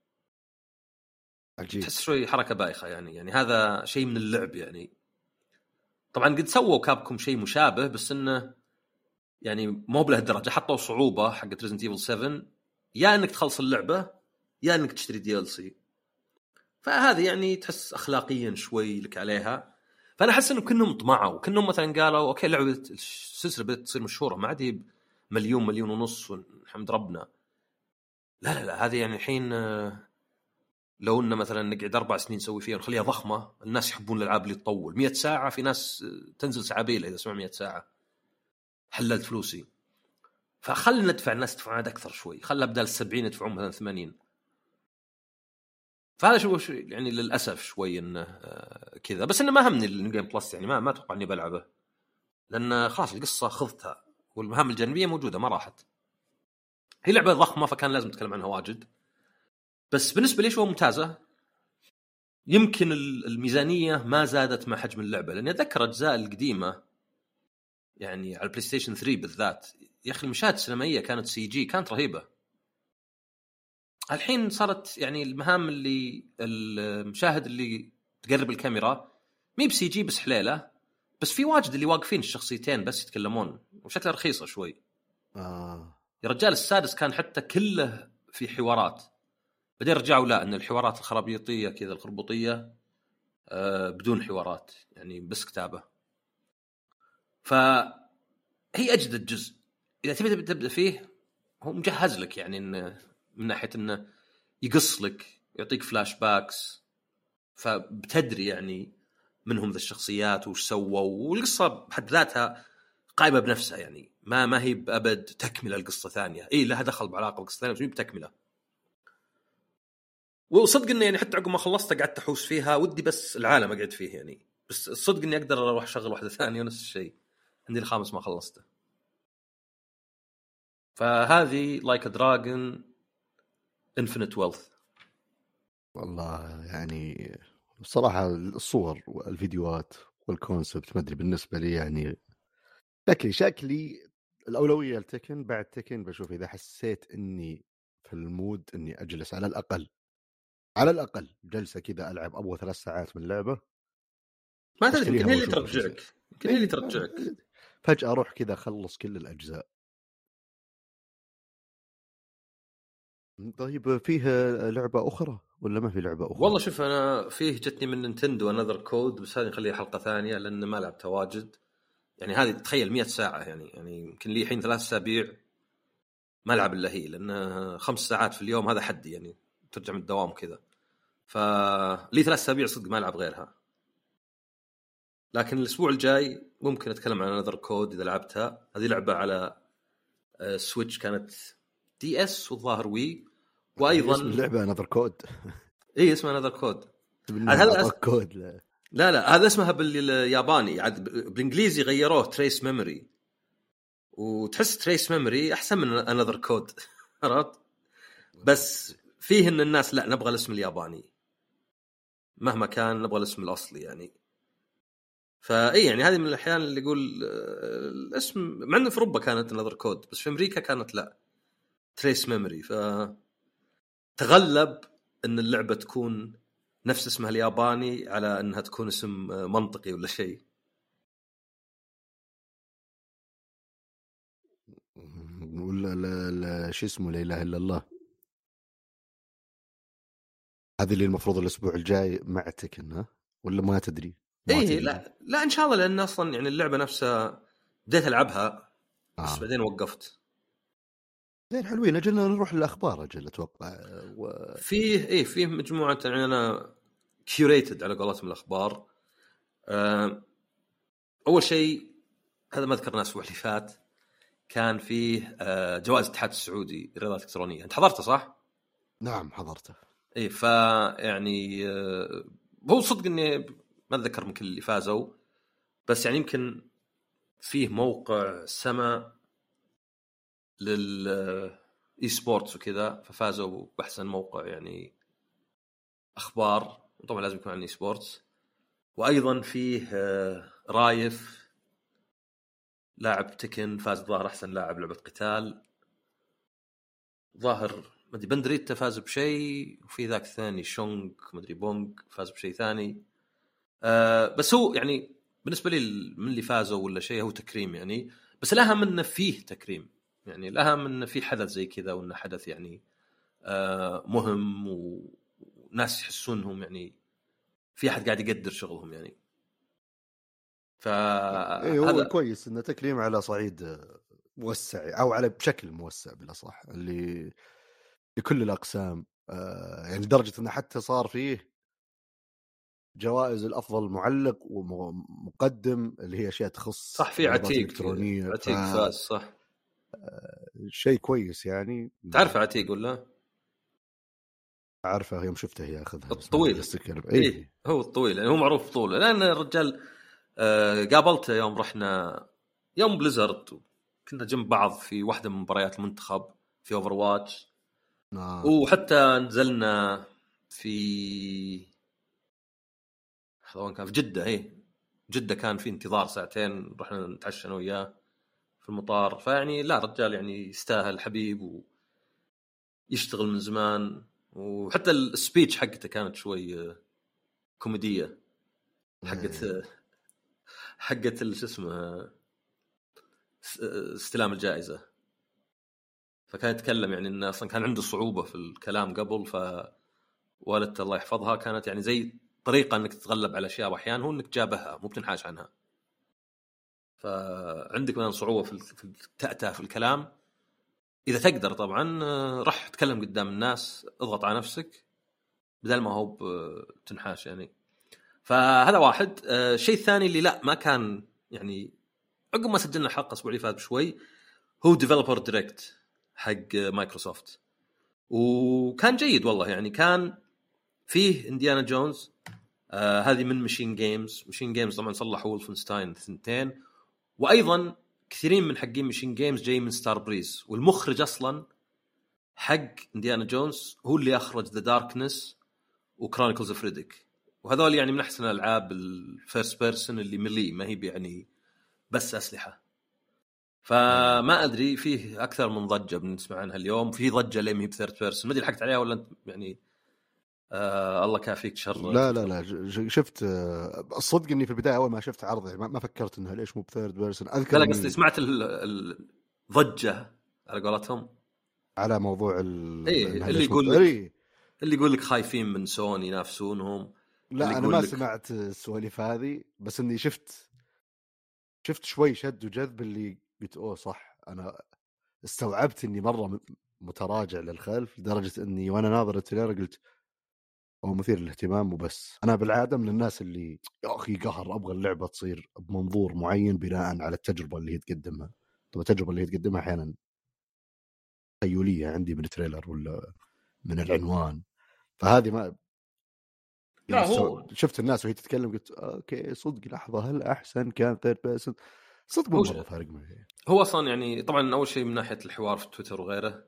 عجيب. تحس شوي حركة بايخة يعني يعني هذا شيء من اللعب يعني. طبعا قد سووا كابكم شيء مشابه بس إنه يعني مو بلهالدرجة، حطوا صعوبة حقت ريزنت ايفل سبعة يا انك تخلص اللعبة يا انك تشتري دي ال سي. فهذه يعني تحس اخلاقيا شوي لك عليها. فانا احس انه كنهم طمعوا، كنهم مثلا قالوا اوكي لعبة السلسلة بدأت تصير مشهورة ما عاد هي مليون مليون ونص والحمد ربنا. لا لا لا هذه يعني الحين لو ان مثلا نقعد اربع سنين نسوي فيها ونخليها ضخمة، الناس يحبون الالعاب اللي تطول مئة ساعة، في ناس تنزل سعابيل اذا سمع مئة ساعة حللت فلوسي. فخلنا ندفع الناس تدفع عاد أكثر شوي، خلنا بدل السبعين يدفعون مثلا ثمانين. فهذا شو يعني للأسف شوي إنه آه كذا، بس إنه ما همني الجيم بلس يعني ما ما أتوقع إني بلعبه لأن خلاص القصة خذتها والمهام الجانبية موجودة ما راحت. هي لعبة ضخمة فكان لازم نتكلم عنها واجد، بس بالنسبة لي شو ممتازة. يمكن الميزانية ما زادت مع حجم اللعبة، لأني أذكر أجزاء القديمة يعني على البلاي ستيشن ثري بالذات يا أخي المشاهد السينمائية كانت سي جي كانت رهيبة. الحين صارت يعني المهام اللي المشاهد اللي تقرب الكاميرا مي بسي جي بس حليله، بس في واجد اللي واقفين الشخصيتين بس يتكلمون وشكلها رخيصه شوي. آه. يا رجال السادس كان حتى كله في حوارات، بعدين رجعوا لا ان الحوارات الخرابيطيه كذا الخربوطيه آه بدون حوارات يعني بس كتابه. فهي اجدد جزء اذا تبي تبدا فيه، هو مجهز لك يعني إن من ناحيه انه يقص لك يعطيك فلاش باكس، فبتدري يعني منهم ذا الشخصيات وش سووا، والقصه بحد ذاتها قائمه بنفسها يعني ما ما هي بأبد تكمله القصه ثانيه، اي لها دخل بعلاقه بالقصه ثانيه بس مي بتكمله. وصدق اني يعني حتى عقب ما خلصت قعدت احوس فيها ودي بس العالم اقعد فيه يعني، بس الصدق اني اقدر اروح اشغل واحده ثانيه ونفس الشيء عندي الخامس ما خلصته. فهذه لايك دراجون انفينيت ويلث. والله يعني بصراحة الصور والفيديوهات والكونسبت ما أدري بالنسبة لي يعني شكلي شكلي الأولوية لتكن. بعد تكن بشوف إذا حسيت إني في المود إني أجلس على الأقل على الأقل جلسة كذا ألعب أبغى ثلاث ساعات من لعبة، ما تدري أشتريها يمكن هي اللي وأشوف وش ترجعك، يصير. يمكن هي اللي ترجعك. فجأة أروح كذا أخلص كل الأجزاء. طيب فيه لعبة أخرى ولا ما في لعبة أخرى؟ والله شوف انا فيه جتني من نينتندو انذر كود، بس هذه نخليها حلقه ثانيه لان ما لعبتها واجد يعني. هذه تخيل مئة ساعه يعني يعني يمكن لي الحين ثلاث اسابيع ما العب الا هي، لان خمس ساعات في اليوم هذا حدي يعني ترجع من الدوام كذا، فلي ثلاث اسابيع صدق ما العب غيرها. لكن الاسبوع الجاي ممكن اتكلم عن انذر كود اذا لعبتها. هذه لعبه على سويتش كانت دي اس والظاهر وي، وايضا اسم اللعبة انذر كود. اي اسمها انذر كود. هذا كود لا. لا لا هذا اسمها بالياباني، عاد بالانجليزي غيروه تريس ميموري، وتحس تريس ميموري احسن من انذر كود عرفت؟ بس فيه ان الناس لا نبغى الاسم الياباني مهما كان، نبغى الاسم الاصلي يعني. فاي يعني هذه من الاحيان اللي يقول الاسم مع انه في اوروبا كانت انذر كود بس في امريكا كانت لا تريس ميموري، ف تغلب ان اللعبه تكون نفس اسمها الياباني على انها تكون اسم منطقي ولا شيء. ولا لا لا شو اسمه لا اله الا الله. هذه اللي المفروض الاسبوع الجاي مع تكن ها ولا ما تدري؟ ما ايه تدري. لا لا ان شاء الله، لان اصلا يعني اللعبه نفسها بديت العبها بس آه. بعدين وقفت. زين حلوين. اجلنا نروح للاخبار اجل اتوقع و... فيه ايه فيه مجموعه يعني انا كيوريتد على قولتهم الاخبار. أه اول شيء هذا ما ذكرناه الاسبوع اللي فات، كان فيه أه جوائز الاتحاد السعودي للرياضات الالكترونيه. انت حضرته صح؟ نعم حضرته. ايه ف يعني أه هو صدق اني ما اتذكر من كل اللي فازوا، بس يعني يمكن فيه موقع سما لل اي سبورتس وكذا ففازوا باحسن موقع يعني اخبار، وطبعا لازم يكون عن اي سبورتس. وايضا فيه رايف لاعب تكن فاز ظاهر احسن لاعب لعبه قتال، ظاهر ما ادري بندريتا فاز بشيء، وفي ذاك الثاني شونغ ما ادري بونغ فاز بشيء ثاني. أه بس هو يعني بالنسبه لي من اللي فازوا ولا شيء هو تكريم يعني، بس الاهم انه فيه تكريم يعني، الاهم انه في حدث زي كذا وانه حدث يعني أه مهم وناس يحسونهم يعني في احد قاعد يقدر شغلهم يعني. اي هو فهذا الكويس انه تكريم على صعيد موسع او على بشكل موسع بالاصح اللي لكل الاقسام. آه يعني لدرجه انه حتى صار فيه جوائز الافضل معلق ومقدم اللي هي اشياء تخص صح، في الرياضات عتيق الالكترونيه. عتيق ف... فاز صح. شيء كويس يعني. تعرف عتيق ولا؟ عارفه يوم شفته ياخذها الطويل اي إيه هو الطويل يعني هو معروف طوله، لان الرجال آه قابلته يوم رحنا يوم بليزرد كنا جنب بعض في واحدة من مباريات المنتخب في اوفر واتش. آه. وحتى نزلنا في وين كان في جدة، هي جدة كان في انتظار ساعتين رحنا نتعشى انا وياه في المطار. فيعني لا رجال يعني يستاهل حبيب و يشتغل من زمان، وحتى السبيتش حقته كانت شوي كوميدية حقت حقت شو اسمه استلام الجائزة. فكان يتكلم يعني إنه أصلا كان عنده صعوبة في الكلام قبل، فوالدته الله يحفظها كانت يعني زي طريقة إنك تتغلب على أشياء وأحيانا هو إنك تجابهها مو بتنحاش عنها. فعندك مثلا صعوبة في التأتأة في الكلام، إذا تقدر طبعا رح تتكلم قدام الناس، اضغط على نفسك بدل ما هو بتنحاش يعني. فهذا واحد. الشيء الثاني اللي لا ما كان يعني عقب ما سجلنا حلقة الأسبوع اللي فات بشوي هو ديفلوبر دايركت حق مايكروسوفت، وكان جيد والله. يعني كان فيه إنديانا جونز، آه هذه من ماشين جيمز. ماشين جيمز طبعا صلحوا وولفنستاين ثنتين، وأيضا كثيرين من حقين ماشين جيمز جاي من ستار بريز، والمخرج أصلا حق إنديانا جونز هو اللي أخرج ذا داركنس وكرونيكلز اوف ريديك، وهذول يعني من أحسن الألعاب الفيرست بيرسون اللي ملي ما هي يعني بس أسلحة. فما أدري فيه أكثر من ضجة بنسمع عنها اليوم، في ضجة ليه مي بثيرد بيرسون، ما أدري لحقت عليها ولا أنت يعني آه الله كافيك شر. لا لا لا شفت الصدق اني في البدايه اول ما شفت عرضه ما فكرت انها ليش مو بثيرد بيرسون. اذكر لا قصدي سمعت الضجه على قولتهم على موضوع ال إيه اللي يقول لك إيه؟ اللي يقول لك خايفين من سوني ينافسونهم. لا انا ما لك... سمعت السواليف هذه، بس اني شفت شفت شوي شد وجذب اللي قلت اوه صح. انا استوعبت اني مره متراجع للخلف لدرجه اني وانا ناظر التريلر قلت هو مثير للاهتمام وبس. انا بالعاده من الناس اللي يا اخي قهر ابغى اللعبه تصير بمنظور معين بناء على التجربه اللي هي تقدمها. طب التجربه اللي هي تقدمها احيانا تخيليه عندي من التريلر ولا من العنوان. فهذه ما لا هو شفت الناس وهي تتكلم قلت اوكي صدق لحظه هل احسن كان ثيرد بيرسون؟ صدق مو مره فارق معي. هو اصلا يعني طبعا اول شيء من ناحيه الحوار في تويتر وغيره،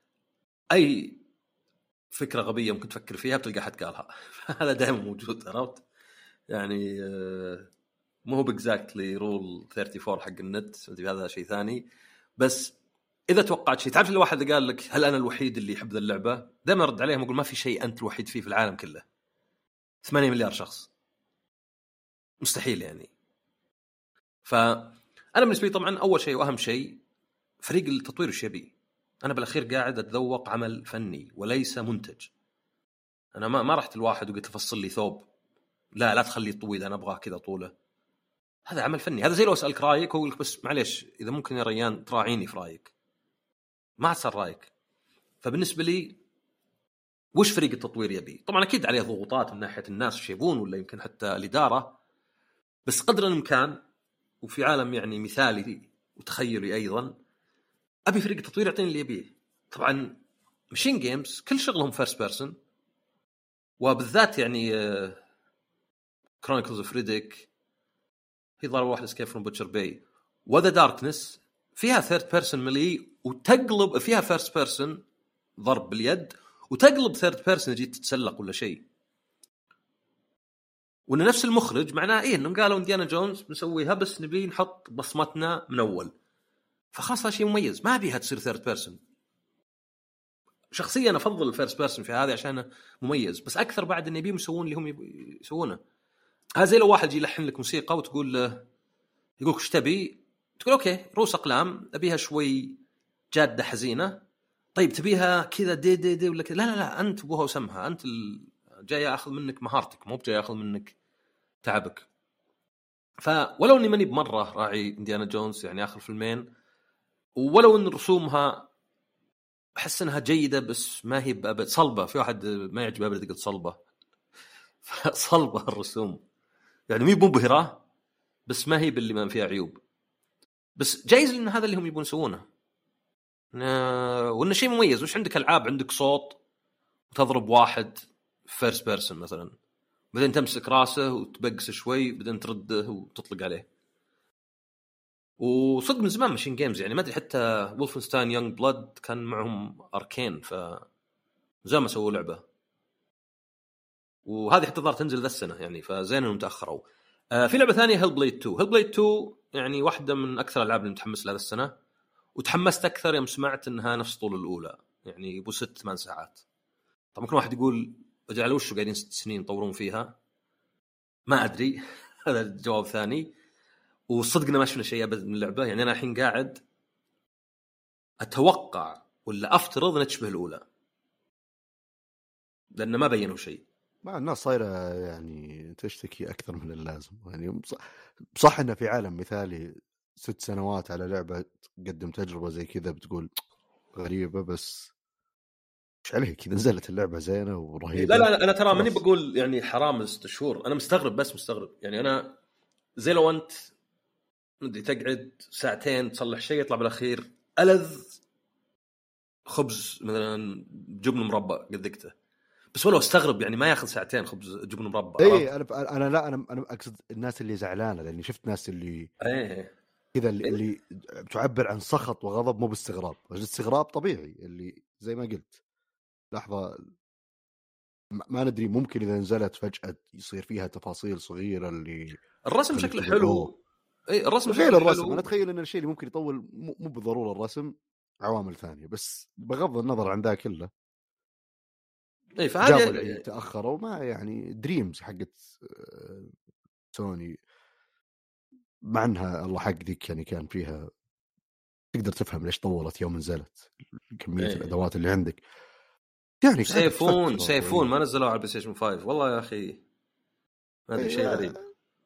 اي فكره غبيه ممكن تفكر فيها بتلقى حد قالها. هذا دائما موجود، عرفت يعني. مو هو باكزاكتلي رول أربعة وثلاثين حق النت، هذا شيء ثاني. بس اذا توقعت شيء، تعرف الواحد اللي قال لك هل انا الوحيد اللي يحب ذا اللعبه، دائما ارد عليهم اقول ما في شيء انت الوحيد فيه في العالم كله. ثمانية مليار شخص مستحيل يعني. فانا بالنسبه لي طبعا اول شيء واهم شيء فريق التطوير وش يبي. انا بالاخير قاعد اتذوق عمل فني وليس منتج. انا ما ما رحت الواحد وقلت فصل لي ثوب، لا لا تخليه طويل انا ابغاه كذا طوله. هذا عمل فني. هذا زي لو اسالك رايك واقول لك بس معليش اذا ممكن يا ريان تراعيني في رايك، ما تصير رايك. فبالنسبه لي وش فريق التطوير يبي؟ طبعا اكيد عليه ضغوطات من ناحيه الناس وش يبون ولا يمكن حتى الاداره، بس قدر الامكان وفي عالم يعني مثالي وتخيلي ايضا ابي فريق التطوير يعطيني اللي يبيه. طبعا ماشين جيمز كل شغلهم فيرست بيرسون، وبالذات يعني كرونيكلز اوف ريديك هي ضربه واحده اسكيب فروم بوتشر باي، وذا داركنس فيها ثيرد بيرسون ملي وتقلب فيها فيرست بيرسون ضرب باليد وتقلب ثيرد بيرسون جيت تتسلق ولا شيء. وإن نفس المخرج معناه إيه إنهم قالوا إنديانا جونز بنسويها بس نبي نحط بصمتنا من أول، فخاصة شيء مميز ما بيها تصير ثيرد بيرسون. شخصيا أفضل الفيرست بيرسون في هذا عشان مميز، بس أكثر بعد إن يبيهم يسوون اللي هم يسوونه. هذا زي لو واحد يجي يلحن لك موسيقى وتقول له يقولك إيش تبي، تقول أوكي روس أقلام أبيها شوي جادة حزينة، طيب تبيها كذا دي دي دي ولا كذا، لا لا لا أنت أبوها وسمها، أنت جاي أخذ منك مهارتك مو بجاي أخذ منك تعبك. فولو اني ماني بمره راعي إنديانا جونز يعني اخر فيلمين، ولو ان رسومها احس انها جيده بس ما هي بأبد صلبه. في واحد ما يعجبه ابدا قلت صلبه صلبه الرسوم يعني مي مبهره بس ما هي باللي ما فيها عيوب. بس جايز لان هذا اللي هم يبون يسوونه وانه شيء مميز. وش عندك العاب عندك صوت وتضرب واحد فيرست بيرسون مثلا، بعدين تمسك راسه وتبقس شوي بعدين ترده وتطلق عليه. وصدق من زمان ماشين جيمز يعني ما ادري حتى وولفنستاين يونغ بلاد كان معهم اركين ف زي ما سووا لعبه، وهذه حتى ظهر تنزل ذا السنه يعني فزين انهم تاخروا. آه في لعبه ثانيه هيل بليد تو. هيل بليد تو يعني واحده من اكثر الالعاب اللي متحمس لها هذا السنه، وتحمست اكثر يوم سمعت انها نفس طول الاولى. يعني يبو ست ثمان ساعات. طب ممكن واحد يقول اجل وش قاعدين ست سنين يطورون فيها؟ ما ادري. هذا الجواب ثاني. وصدقنا ما شفنا شيء ابد من اللعبه. يعني انا الحين قاعد اتوقع ولا افترض انها تشبه الاولى لان ما بينوا شيء. ما الناس صايره يعني تشتكي اكثر من اللازم. يعني بصح انه في عالم مثالي ست سنوات على لعبه تقدم تجربه زي كذا بتقول غريبه، بس ايش عليه كذا نزلت اللعبه زينه ورهيبه. لا لا انا ترى ماني بقول يعني حرام ست شهور. انا مستغرب بس مستغرب يعني انا زي لو انت مدري تقعد ساعتين تصلح شيء يطلع بالاخير ألذ خبز مثلا جبن مربى قد ذقته. بس ولو استغرب يعني ما ياخذ ساعتين خبز جبن مربى. اي انا انا لا انا انا اقصد الناس اللي زعلانه، لاني شفت ناس اللي ايه كذا اللي, اللي تعبر عن سخط وغضب مو باستغراب. الاستغراب طبيعي اللي زي ما قلت لحظه ما ندري ممكن اذا نزلت فجاه يصير فيها تفاصيل صغيره اللي الرسم شكله حلو. اي الرسم غير الرسم. انا اتخيل ان الشيء اللي ممكن يطول مو بالضروره الرسم، عوامل ثانيه. بس بغض النظر عن ذا كله اي فهذا جابوا العيد تاخروا ما يعني دريمز حقت سوني مع انها الله حق ذيك يعني كان فيها تقدر تفهم ليش طولت يوم نزلت كميه إيه. الادوات اللي عندك. يعني سيفون سيفون ما نزلوا على البلاي ستيشن خمسة والله يا اخي ما ادري شيء غريب.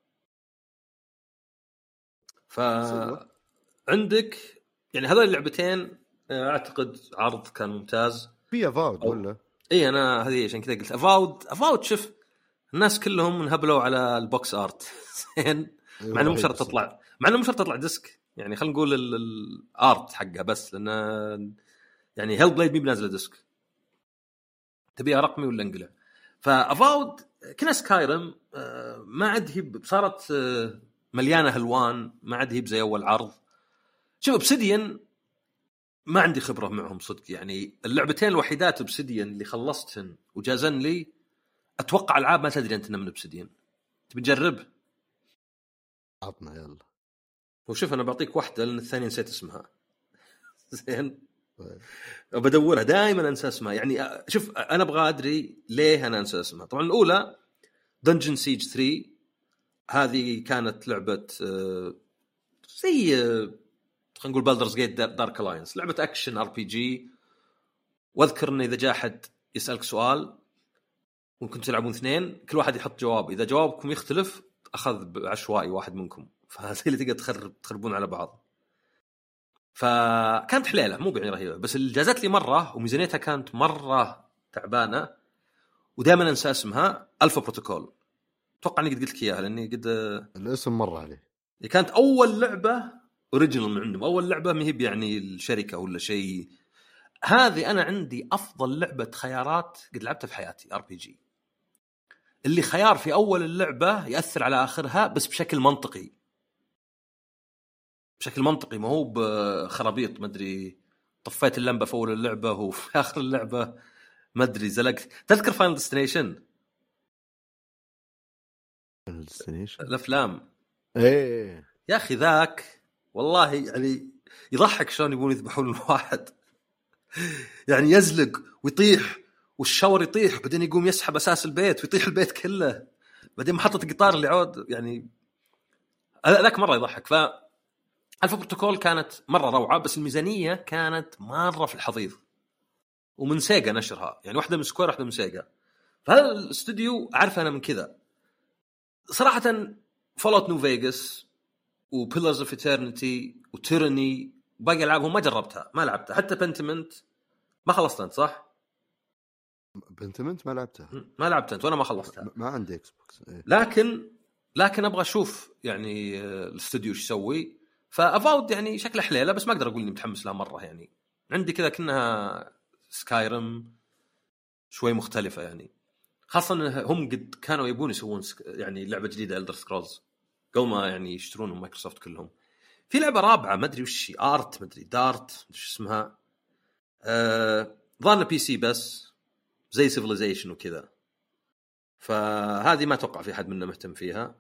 فعندك يعني هذول اللعبتين اعتقد عرض كان ممتاز. في افاود ولا اي انا هذه عشان كذا قلت افاود. افاود شوف الناس كلهم انهبلوا على البوكس ارت زين مع انه مو شرط تطلع مع انه مو شرط تطلع ديسك. يعني خلينا نقول الارت حقه بس لان يعني هيل بليد مي بنازله ديسك تبيها رقمي ولا انقلع. فافاود كنا سكايرم ما عاد هي صارت مليانه هلوان ما عاد هي زي اول عرض. شوف اوبسيديان ما عندي خبره معهم صدق. يعني اللعبتين الوحيدات اوبسيديان اللي خلصتهن وجازن لي اتوقع العاب ما تدري انت من اوبسيديان تبي تجرب عطنا يلا. وشوف انا بعطيك واحده لان الثانيه نسيت اسمها. زين بدورها دائما انسى اسمها. يعني شوف انا ابغى ادري ليه انا انسى اسمها. طبعا الاولى دنجن سيج ثري هذه كانت لعبه زي خلينا نقول بالدرز جيت دارك الاينس لعبه اكشن ار بي جي. واذكر ان اذا جاء احد يسالك سؤال ممكن تلعبون اثنين كل واحد يحط جواب. اذا جوابكم يختلف اخذ عشوائي واحد منكم فهذا اللي تقدر تخرب تخربون على بعض. فكانت حليله مو يعني رهيبه بس اللي جازت لي مره وميزانيتها كانت مره تعبانه ودائما انسى اسمها الفا بروتوكول. اتوقع اني قد قلت لك اياها لاني قد الاسم مره عليه. كانت اول لعبه اوريجينال من عندهم اول لعبه ما هي يعني الشركه ولا شيء. هذه انا عندي افضل لعبه خيارات قد لعبتها في حياتي ار بي جي اللي خيار في اول اللعبه ياثر على اخرها بس بشكل منطقي بشكل منطقي ما هو بخرابيط. ما ادري طفيت اللمبه في اول اللعبه وفي اخر اللعبه ما ادري زلقت. تذكر فاينل ديستنيشن الافلام ايه يا اخي ذاك والله يعني يضحك شلون يبون يذبحون الواحد. يعني يزلق ويطيح والشاور يطيح بعدين يقوم يسحب اساس البيت ويطيح البيت كله بعدين محطة القطار اللي عود. يعني ذاك مره يضحك. ف الفا بروتوكول كانت مره روعه بس الميزانيه كانت مره في الحضيض ومن سيجا نشرها. يعني واحده من سكوير واحده من سيجا. فهذا الاستوديو اعرف انا من كذا صراحه. فولوت نيو فيغاس وبيلرز اوف ايترنتي وتيرني باقي العابهم ما جربتها ما لعبتها. حتى بنتمنت ما خلصت انت صح؟ بنتمنت ما لعبتها ما لعبت انت وانا ما خلصتها. ما عندي اكس بوكس إيه. لكن لكن ابغى اشوف يعني الاستوديو ايش يسوي. فافاود يعني شكله حليله بس ما اقدر اقول اني متحمس لها مره. يعني عندي كذا كأنها سكايرم شوي مختلفه يعني خاصه هم قد كانوا يبون يسوون يعني لعبه جديده إلدر سكرولز قبل ما يعني يشترون مايكروسوفت كلهم. في لعبه رابعه ما ادري وش ارت ما ادري دارت ايش اسمها أه... ظن بي سي بس زي سيفيلايزيشن وكذا. فهذه ما اتوقع في حد منا مهتم فيها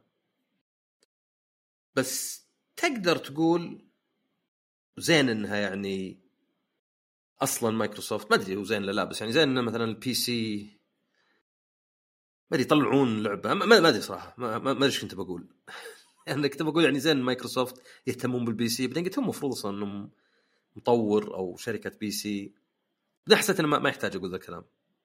بس تقدر تقول زين انها يعني اصلا مايكروسوفت ما ادري هو زين لا لا، بس يعني زين انه مثلا البي سي ما ادري يطلعون لعبه، ما ما ادري صراحه، ما ما ادري ايش كنت بقول. يعني كنت بقول يعني زين مايكروسوفت يهتمون بالبي سي، بعدين قلت هم المفروض اصلا انهم مطور او شركه بي سي. ده حسيت انه ما يحتاج اقول ذا الكلام،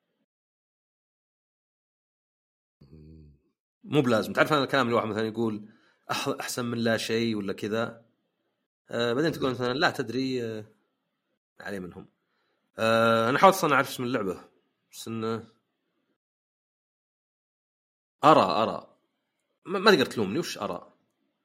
مو بلازم تعرف انا الكلام اللي واحد مثلا يقول احسن من لا شيء ولا كذا، آه بعدين تقول مثلا لا تدري آه عليه منهم. آه انا حاولت اصلا اعرف اسم اللعبه بس انه ارى ارى ما, ما تقدر تلومني وش ارى،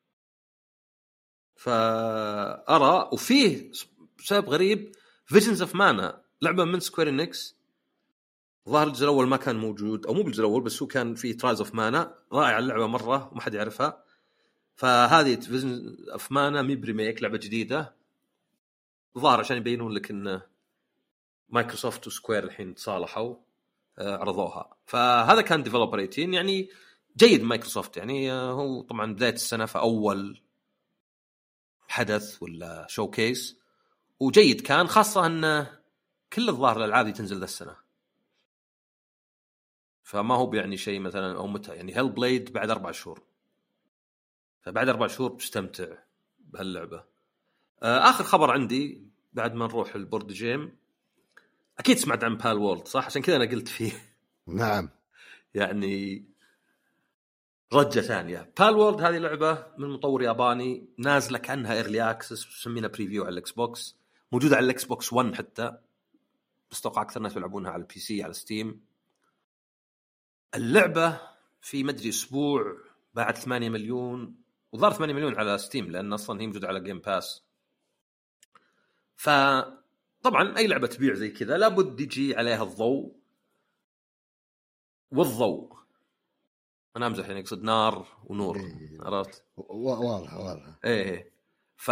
فارى. وفيه سبب غريب فيجنز اوف مانا، لعبه من سكوير انكس، ظاهر الجزء الاول ما كان موجود او مو بالجزء الاول بس هو كان في ترايز اوف مانا، رائعه اللعبه مره وما حد يعرفها. فهذه فيجن اوف مانا مي بريميك، لعبه جديده ظاهر عشان يبينون لك ان مايكروسوفت وسكوير الحين تصالحوا، عرضوها. فهذا كان ديفلوبر ثمانية عشر يعني جيد مايكروسوفت، يعني هو طبعا بدايه السنه فاول حدث ولا شو كيس، وجيد كان، خاصه ان كل الظاهر الالعاب دي تنزل ذا السنه، فما هو يعني شيء مثلا او متى يعني هيل بليد بعد اربع شهور، فبعد اربع شهور بتستمتع بهاللعبه. اخر خبر عندي بعد ما نروح البورد جيم، اكيد سمعت عن بال وورلد صح؟ عشان كذا انا قلت فيه. نعم يعني رجة ثانية. بال وورلد هذه لعبة من مطور ياباني نازلة كأنها ايرلي اكسس، سمينا بريفيو على الاكس بوكس، موجودة على الاكس بوكس ون حتى، بس توقع اكثر ناس يلعبونها على البي سي على ستيم. اللعبة في مدري اسبوع باعت ثمانية مليون، وظهر ثمانية مليون على ستيم لان اصلا هي موجودة على جيم باس. فطبعا اي لعبة تبيع زي كذا لابد يجي عليها الضوء، والضوء انا امزح يعني اقصد نار ونور، إيه. عرفت؟ واضح واضح. ايه ف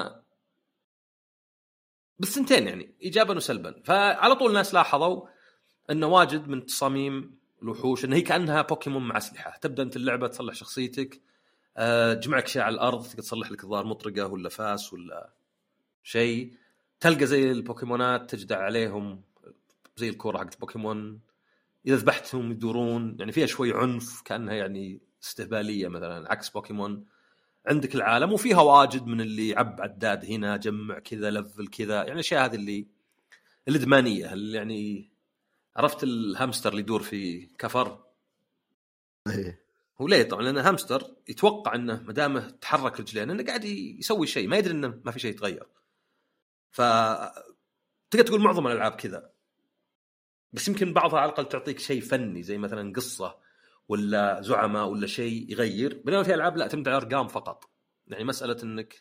بالسنتين يعني ايجابا وسلبا. فعلى طول الناس لاحظوا انه واجد من تصاميم الوحوش انه هي كانها بوكيمون مع اسلحه، تبدا انت اللعبه تصلح شخصيتك، أه تجمع لك شيء على الارض تقدر تصلح لك الظاهر مطرقه ولا فاس ولا شيء، تلقى زي البوكيمونات تجدع عليهم زي الكوره حقت بوكيمون، اذا ذبحتهم يدورون، يعني فيها شوي عنف كانها يعني استهباليه مثلا عكس بوكيمون. عندك العالم وفيها واجد من اللي عب عداد هنا جمع كذا لفل كذا، يعني الاشياء هذه اللي الادمانيه اللي يعني عرفت الهامستر اللي يدور في كفر. ايه هو ليه طبعا لأن هامستر يتوقع انه ما دامه تحرك رجلين انه قاعد يسوي شيء، ما يدري انه ما في شيء يتغير. ف تقدر تقول معظم الالعاب كذا، بس يمكن بعضها على الاقل تعطيك شيء فني زي مثلا قصه ولا زعماء ولا شيء يغير، بينما في العاب لا تمد على ارقام فقط، يعني مساله انك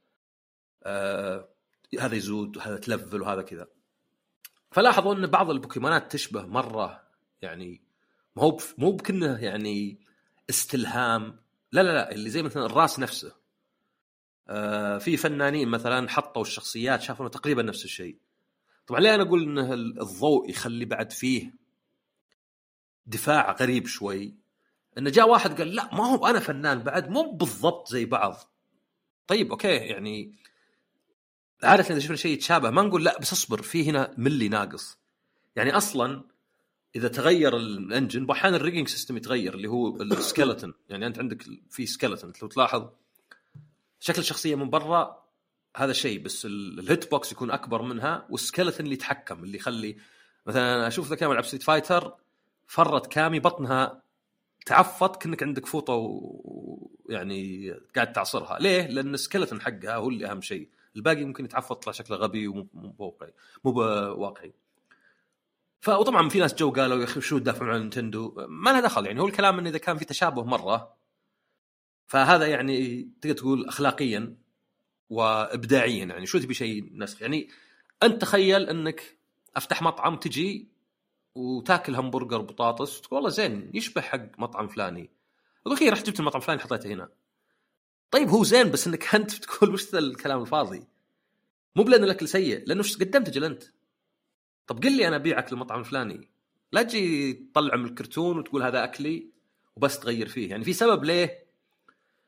آه هذا يزود وهذا تلفل وهذا كذا. فلاحظوا ان بعض البوكيمونات تشبه مره، يعني ما هو مو بكنه يعني استلهام، لا لا لا اللي زي مثلا الراس نفسه. آه في فنانين مثلا حطوا الشخصيات شافوا تقريبا نفس الشيء. طبعا ليه انا اقول ان الضوء يخلي بعد فيه دفاع غريب شوي، انه جاء واحد قال لا ما هو انا فنان بعد مو بالضبط زي بعض. طيب اوكي يعني عادة اذا شفنا شيء يتشابه ما نقول لا بس اصبر في هنا ملي ناقص. يعني اصلا اذا تغير الانجن باحيانا الريجنج سيستم يتغير اللي هو السكيلتون، يعني انت عندك في سكيلتون لو تلاحظ شكل الشخصيه من برا هذا شيء، بس الهيت بوكس يكون اكبر منها، والسكيلتون اللي يتحكم اللي يخلي مثلا اشوف ذا كامل العب ستريت فايتر فرت كامي بطنها تعفط كأنك عندك فوطه ويعني قاعد تعصرها. ليه؟ لان السكيلتون حقها هو اللي اهم شيء، الباقي ممكن يتعفط طلع شكله غبي ومو واقعي مو بواقعي. فطبعا في ناس جو قالوا يا اخي شو تدافعون عن نينتندو، ما لها دخل، يعني هو الكلام ان اذا كان في تشابه مره فهذا يعني تقدر تقول اخلاقيا وابداعيا، يعني شو تبي شيء نسخ. يعني انت تخيل انك افتح مطعم تجي وتاكل همبرجر بطاطس تقول والله زين يشبه حق مطعم فلاني، اقول لك رحت جبت المطعم فلاني حطيته هنا. طيب هو زين بس انك انت بتقول وش ذا الكلام الفاضي، مو بلان الاكل سيء لانه وش قدمت جل انت. طب قل لي انا ابيعك المطعم الفلاني، لا تجي تطلع من الكرتون وتقول هذا اكلي وبس تغير فيه. يعني في سبب ليه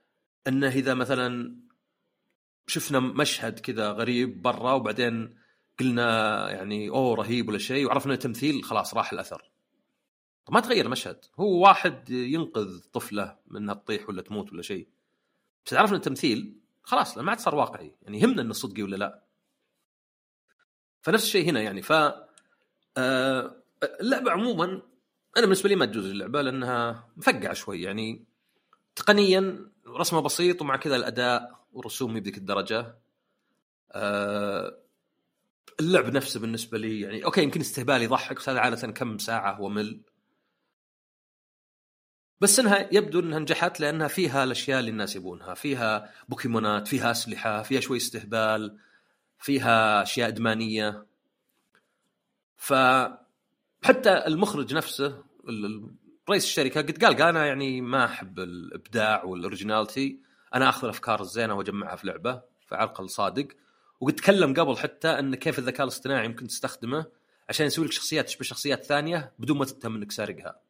انه اذا مثلا شفنا مشهد كذا غريب برا وبعدين قلنا يعني اوه رهيب ولا شيء وعرفنا التمثيل خلاص راح الاثر. ما تغير المشهد، هو واحد ينقذ طفله منها تطيح ولا تموت ولا شيء، بس عرفنا التمثيل خلاص ما عاد صار واقعي، يعني يهمنا انه صدقي ولا لا. فنفس الشيء هنا يعني. ف آه اللعبه عموما انا بالنسبه لي ما تجوز اللعبه لانها مفقعه شوي، يعني تقنيا رسمه بسيط ومع كذا الاداء والرسوم يبديك الدرجه. آه اللعب نفسه بالنسبه لي يعني اوكي يمكن استهبال يضحك، بس هذا عاده كم ساعه ومل، بس انها يبدو انها نجحت لانها فيها الاشياء اللي الناس يبونها، فيها بوكيمونات، فيها اسلحه، فيها شوي استهبال، فيها اشياء ادمانيه. فحتى المخرج نفسه رئيس الشركه قد قال انا يعني ما احب الابداع والاوريجيناليتي، انا اخذ الافكار الزينه واجمعها في لعبه، فعقل صادق. وقد تكلم قبل حتى ان كيف الذكاء الاصطناعي يمكن تستخدمه عشان يسوي لك شخصيات تشبه شخصيات ثانيه بدون ما تتهم انك سارقها.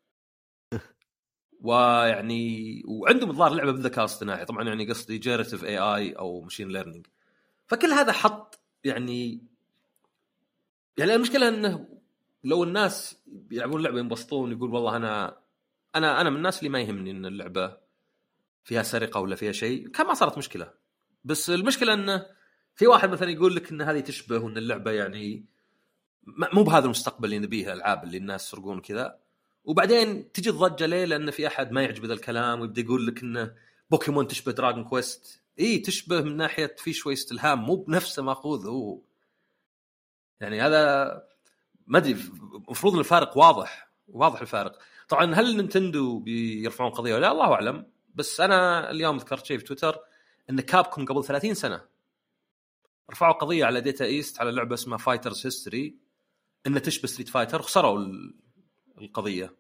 ويعني وعندهم الظاهر لعبه بالذكاء الاصطناعي طبعا، يعني قصدي جينيريتيف اي اي او ماشين ليرنينج. فكل هذا حط يعني يعني المشكله انه لو الناس يلعبون لعبه ينبسطون يقول والله انا انا انا من الناس اللي ما يهمني ان اللعبه فيها سرقه ولا فيها شيء، كان ما صارت مشكله. بس المشكله انه في واحد مثلا يقول لك ان هذه تشبه وان اللعبه يعني مو بهذا المستقبل اللي نبيه الالعاب اللي الناس يسرقون كذا، وبعدين تجي الضجه ليه؟ لان في احد ما يعجبه ذا الكلام ويبدا يقول لك انه بوكيمون تشبه دراغون كويست. اي تشبه من ناحيه في شوي استلهام، مو بنفسه ماخوذ هو. يعني هذا ما ادري، المفروض ان الفارق واضح واضح الفارق. طبعا هل نينتندو بيرفعون قضيه ولا لا الله اعلم، بس انا اليوم ذكرت شيء في تويتر ان كابكوم قبل ثلاثين سنه رفعوا قضيه على ديتا ايست على لعبه اسمها فايترز هيستوري ان تشبه ستريت فايتر، خسروا القضيه.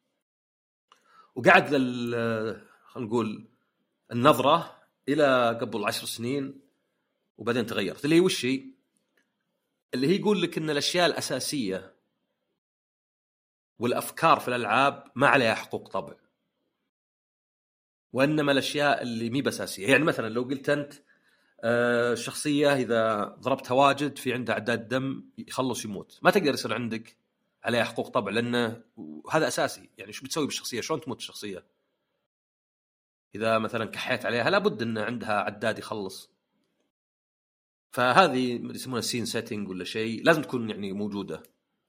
وقعد لل خلينا نقول النظره الى قبل عشر سنين وبعدين تغيرت. اللي هي وش هي؟ اللي هي يقول لك ان الاشياء الاساسيه والافكار في الالعاب ما عليها حقوق طبع، وانما الاشياء اللي مي باساسيه. يعني مثلا لو قلت انت الشخصيه اذا ضربتها واجد في عندها عداد دم يخلص يموت، ما تقدر يصير عندك عليها حقوق طبع لانه هذا اساسي. يعني شو بتسوي بالشخصيه؟ شلون تموت الشخصيه؟ اذا مثلا كحيت عليها لابد ان عندها عداد يخلص. فهذه يسمونها سين سيتنج ولا شيء لازم تكون يعني موجوده.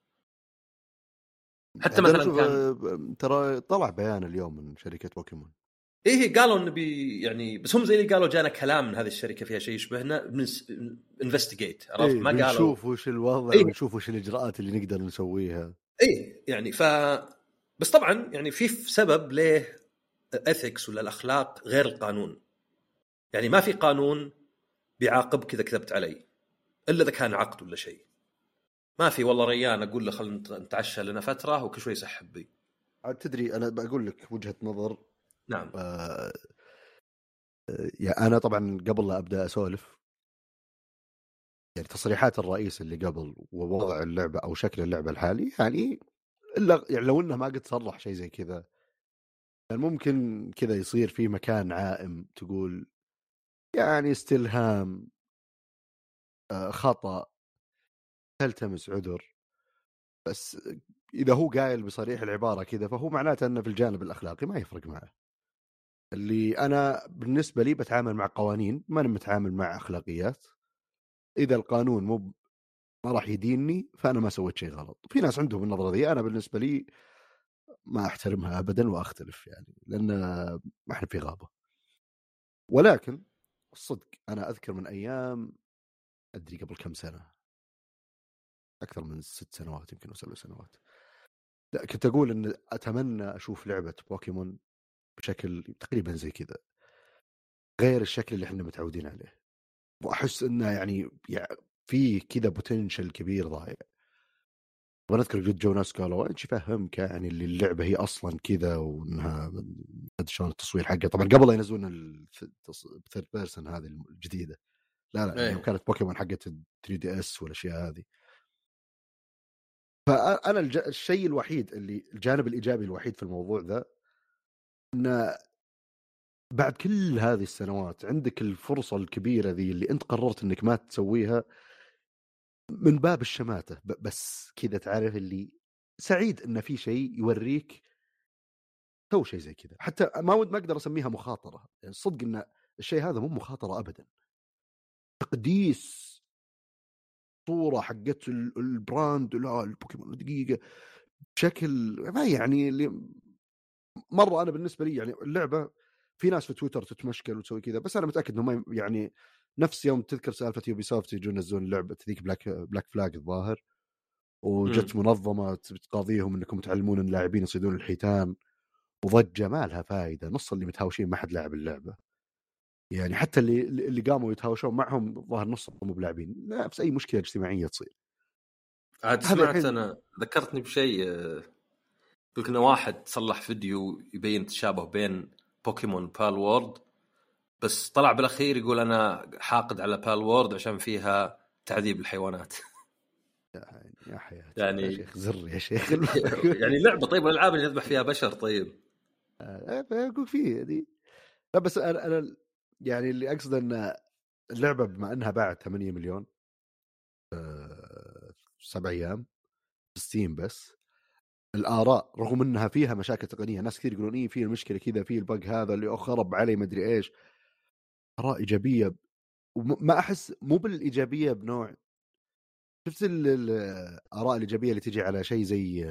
حتى مثلا كان ترى طلع بيان اليوم من شركه بوكيمون ايه قالوا انه بي يعني، بس هم زي اللي قالوا جانا كلام من هذه الشركه فيها شيء يشبهنا انفستيجيت، عرفت؟ إيه ما قالوا نشوف وش الوضع إيه؟ ونشوف وش الاجراءات اللي نقدر نسويها. ايه يعني ف بس طبعا يعني في سبب ليه اثكس ولا الاخلاق غير القانون. يعني ما في قانون بيعاقبك اذا كذبت علي الا اذا كان عقد ولا شيء. ما في والله ريان اقول له خلينا نتعشى لنا فتره وكل شوي يسحب بي. تدري انا بقول لك وجهه نظر. نعم. آه يعني انا طبعا قبل لا ابدا اسولف، يعني تصريحات الرئيس اللي قبل ووضع اللعبه او شكل اللعبه الحالي، يعني الا يعني لو انه ما قد صرح شيء زي كذا يعني ممكن كذا يصير في مكان عائم تقول يعني استلهام، آه خطأ، تلتمس عذر. بس اذا هو قايل بصريح العباره كذا فهو معناته انه في الجانب الاخلاقي ما يفرق معه. اللي انا بالنسبه لي بتعامل مع قوانين، ما انا متعامل مع اخلاقيات. اذا القانون مو ما راح يديني فانا ما سويت شيء غلط. في ناس عندهم النظره ذي، انا بالنسبه لي ما احترمها ابدا واختلف، يعني لان ما احنا في غابه. ولكن الصدق انا اذكر من ايام ادري قبل كم سنه، اكثر من ست سنوات يمكن او سبع سنوات، لا كنت اقول ان اتمنى اشوف لعبه بوكيمون بشكل تقريبا زي كذا، غير الشكل اللي احنا متعودين عليه. واحس انه يعني, يعني في كذا بوتنشل كبير ضايع. ونذكر قد جو ناس قالوا انت فهمك يعني اللي اللعبه هي اصلا كذا وانها شلون التصوير حقه. طبعا قبل لا ينزلون الثيرد بيرسون هذه الجديده، لا لا يعني كانت بوكيمون حقت ثري دي اس والاشياء هذه. فانا الج... الشيء الوحيد اللي الجانب الايجابي الوحيد في الموضوع ذا ان بعد كل هذه السنوات عندك الفرصه الكبيره ذي اللي انت قررت انك ما تسويها، من باب الشماتة بس كذا، تعرف اللي سعيد إن في شيء يوريك تو شيء زي كذا. حتى ما ود ما أقدر أسميها مخاطرة، يعني صدق إن الشيء هذا مو مخاطرة أبدا، تقديس صورة حقت البراند لا البوكيمون دقيقة بشكل ما يعني اللي مرة أنا بالنسبة لي يعني اللعبة في ناس في تويتر تتمشكل وتسوي كذا، بس أنا متأكد إنه ما يعني نفس يوم تذكر سالفة يوبي سوفت يجون ينزلون لعبة ذيك بلاك بلاك فلاج الظاهر، وجت منظمة تقاضيهم إنكم تعلمون اللاعبين يصيدون الحيتان، وضجة ما لها فائدة. نص اللي متهاوشين ما حد لاعب اللعبة، يعني حتى اللي اللي قاموا يتهاوشون معهم ظاهر نصهم مو بلاعبين، نفس أي مشكلة اجتماعية تصير. عاد سمعت الحين... أنا ذكرتني بشيء، يقول إنه واحد صلح فيديو يبين تشابه بين بوكيمون بال وورد، بس طلع بالأخير يقول أنا حاقد على بال وورد عشان فيها تعذيب الحيوانات. يا حياتي يعني يا شيخ زر يا شيخ يعني لعبة طيب، الألعاب اللي يذبح فيها بشر طيب أقول فيه دي. لا بس أنا أنا يعني اللي أقصد أن اللعبة بما أنها باعت ثمانية مليون سبع أيام في ستيم، بس الآراء رغم أنها فيها مشاكل تقنية، ناس كثير يقولون إيه فيه المشكلة كذا، فيه البق هذا اللي أخرب علي ما أدري إيش، آراء إيجابية. وما أحس مو بالإيجابية بنوع، شفت الآراء الإيجابية اللي تجي على شيء زي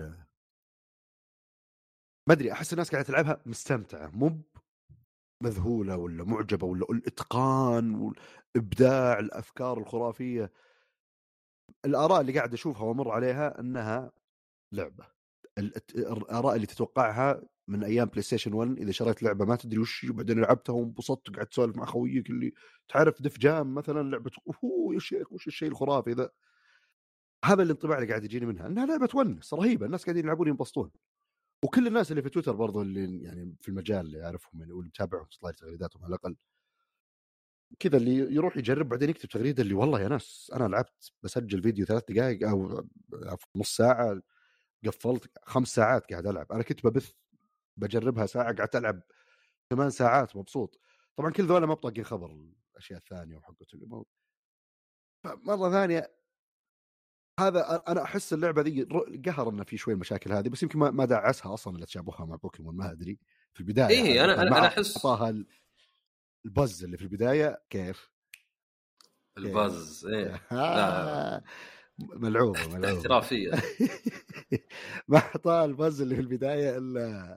ما أدري، أحس الناس قاعدة تلعبها مستمتعة مو مذهولة ولا معجبة، ولا الإتقان والإبداع الأفكار الخرافية. الآراء اللي قاعد أشوفها وأمر عليها أنها لعبة، الآراء اللي تتوقعها من أيام بلاي ستيشن واحد، إذا شريت لعبة ما تدري وش، وبعدين لعبتها وانبسطت وقعدت تسولف مع خويك اللي تعرف دف جام مثلا، لعبة أوه يا شيخ وش الشيء الخرافي ذا. هذا الانطباع اللي قاعد يجيني منها، أنها لعبة ونس رهيبة، الناس قاعدين يلعبون ينبسطون. وكل الناس اللي في تويتر برضو اللي يعني في المجال اللي أعرفهم يعني واللي متابعهم تطلع تغريداتهم على الأقل كذا، اللي يروح يجرب بعدين يكتب تغريدة اللي والله يا ناس أنا لعبت بسجل فيديو ثلاث دقائق أو نص ساعة، قفلت خمس ساعات قاعد ألعب، أنا كنت ببث بجربها ساعة قاعدت ألعب ثمان ساعات مبسوط. طبعا كل ذولا ما بطاقين خبر الأشياء الثانية وحقته اللي مو مرة ثانية. هذا أنا أحس اللعبة ذي قهر إن في شوي المشاكل هذه، بس يمكن ما دعسها أصلا إلا تشابهها مع بوكيمون، ما أدري في البداية. إيه أنا أنا أحس أعطاها البز اللي في البداية كيف الباز إيه لا ملعوبة ملعوبة احترافية ما أعطاه البز اللي في البداية إلا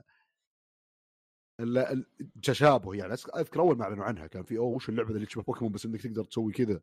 إلا تشابه. يعني أذكر أول ما أعلنوا عنها كان في أوه وش اللعبة اللي تشبه بوكيمون بس إنك تقدر تسوي كذا،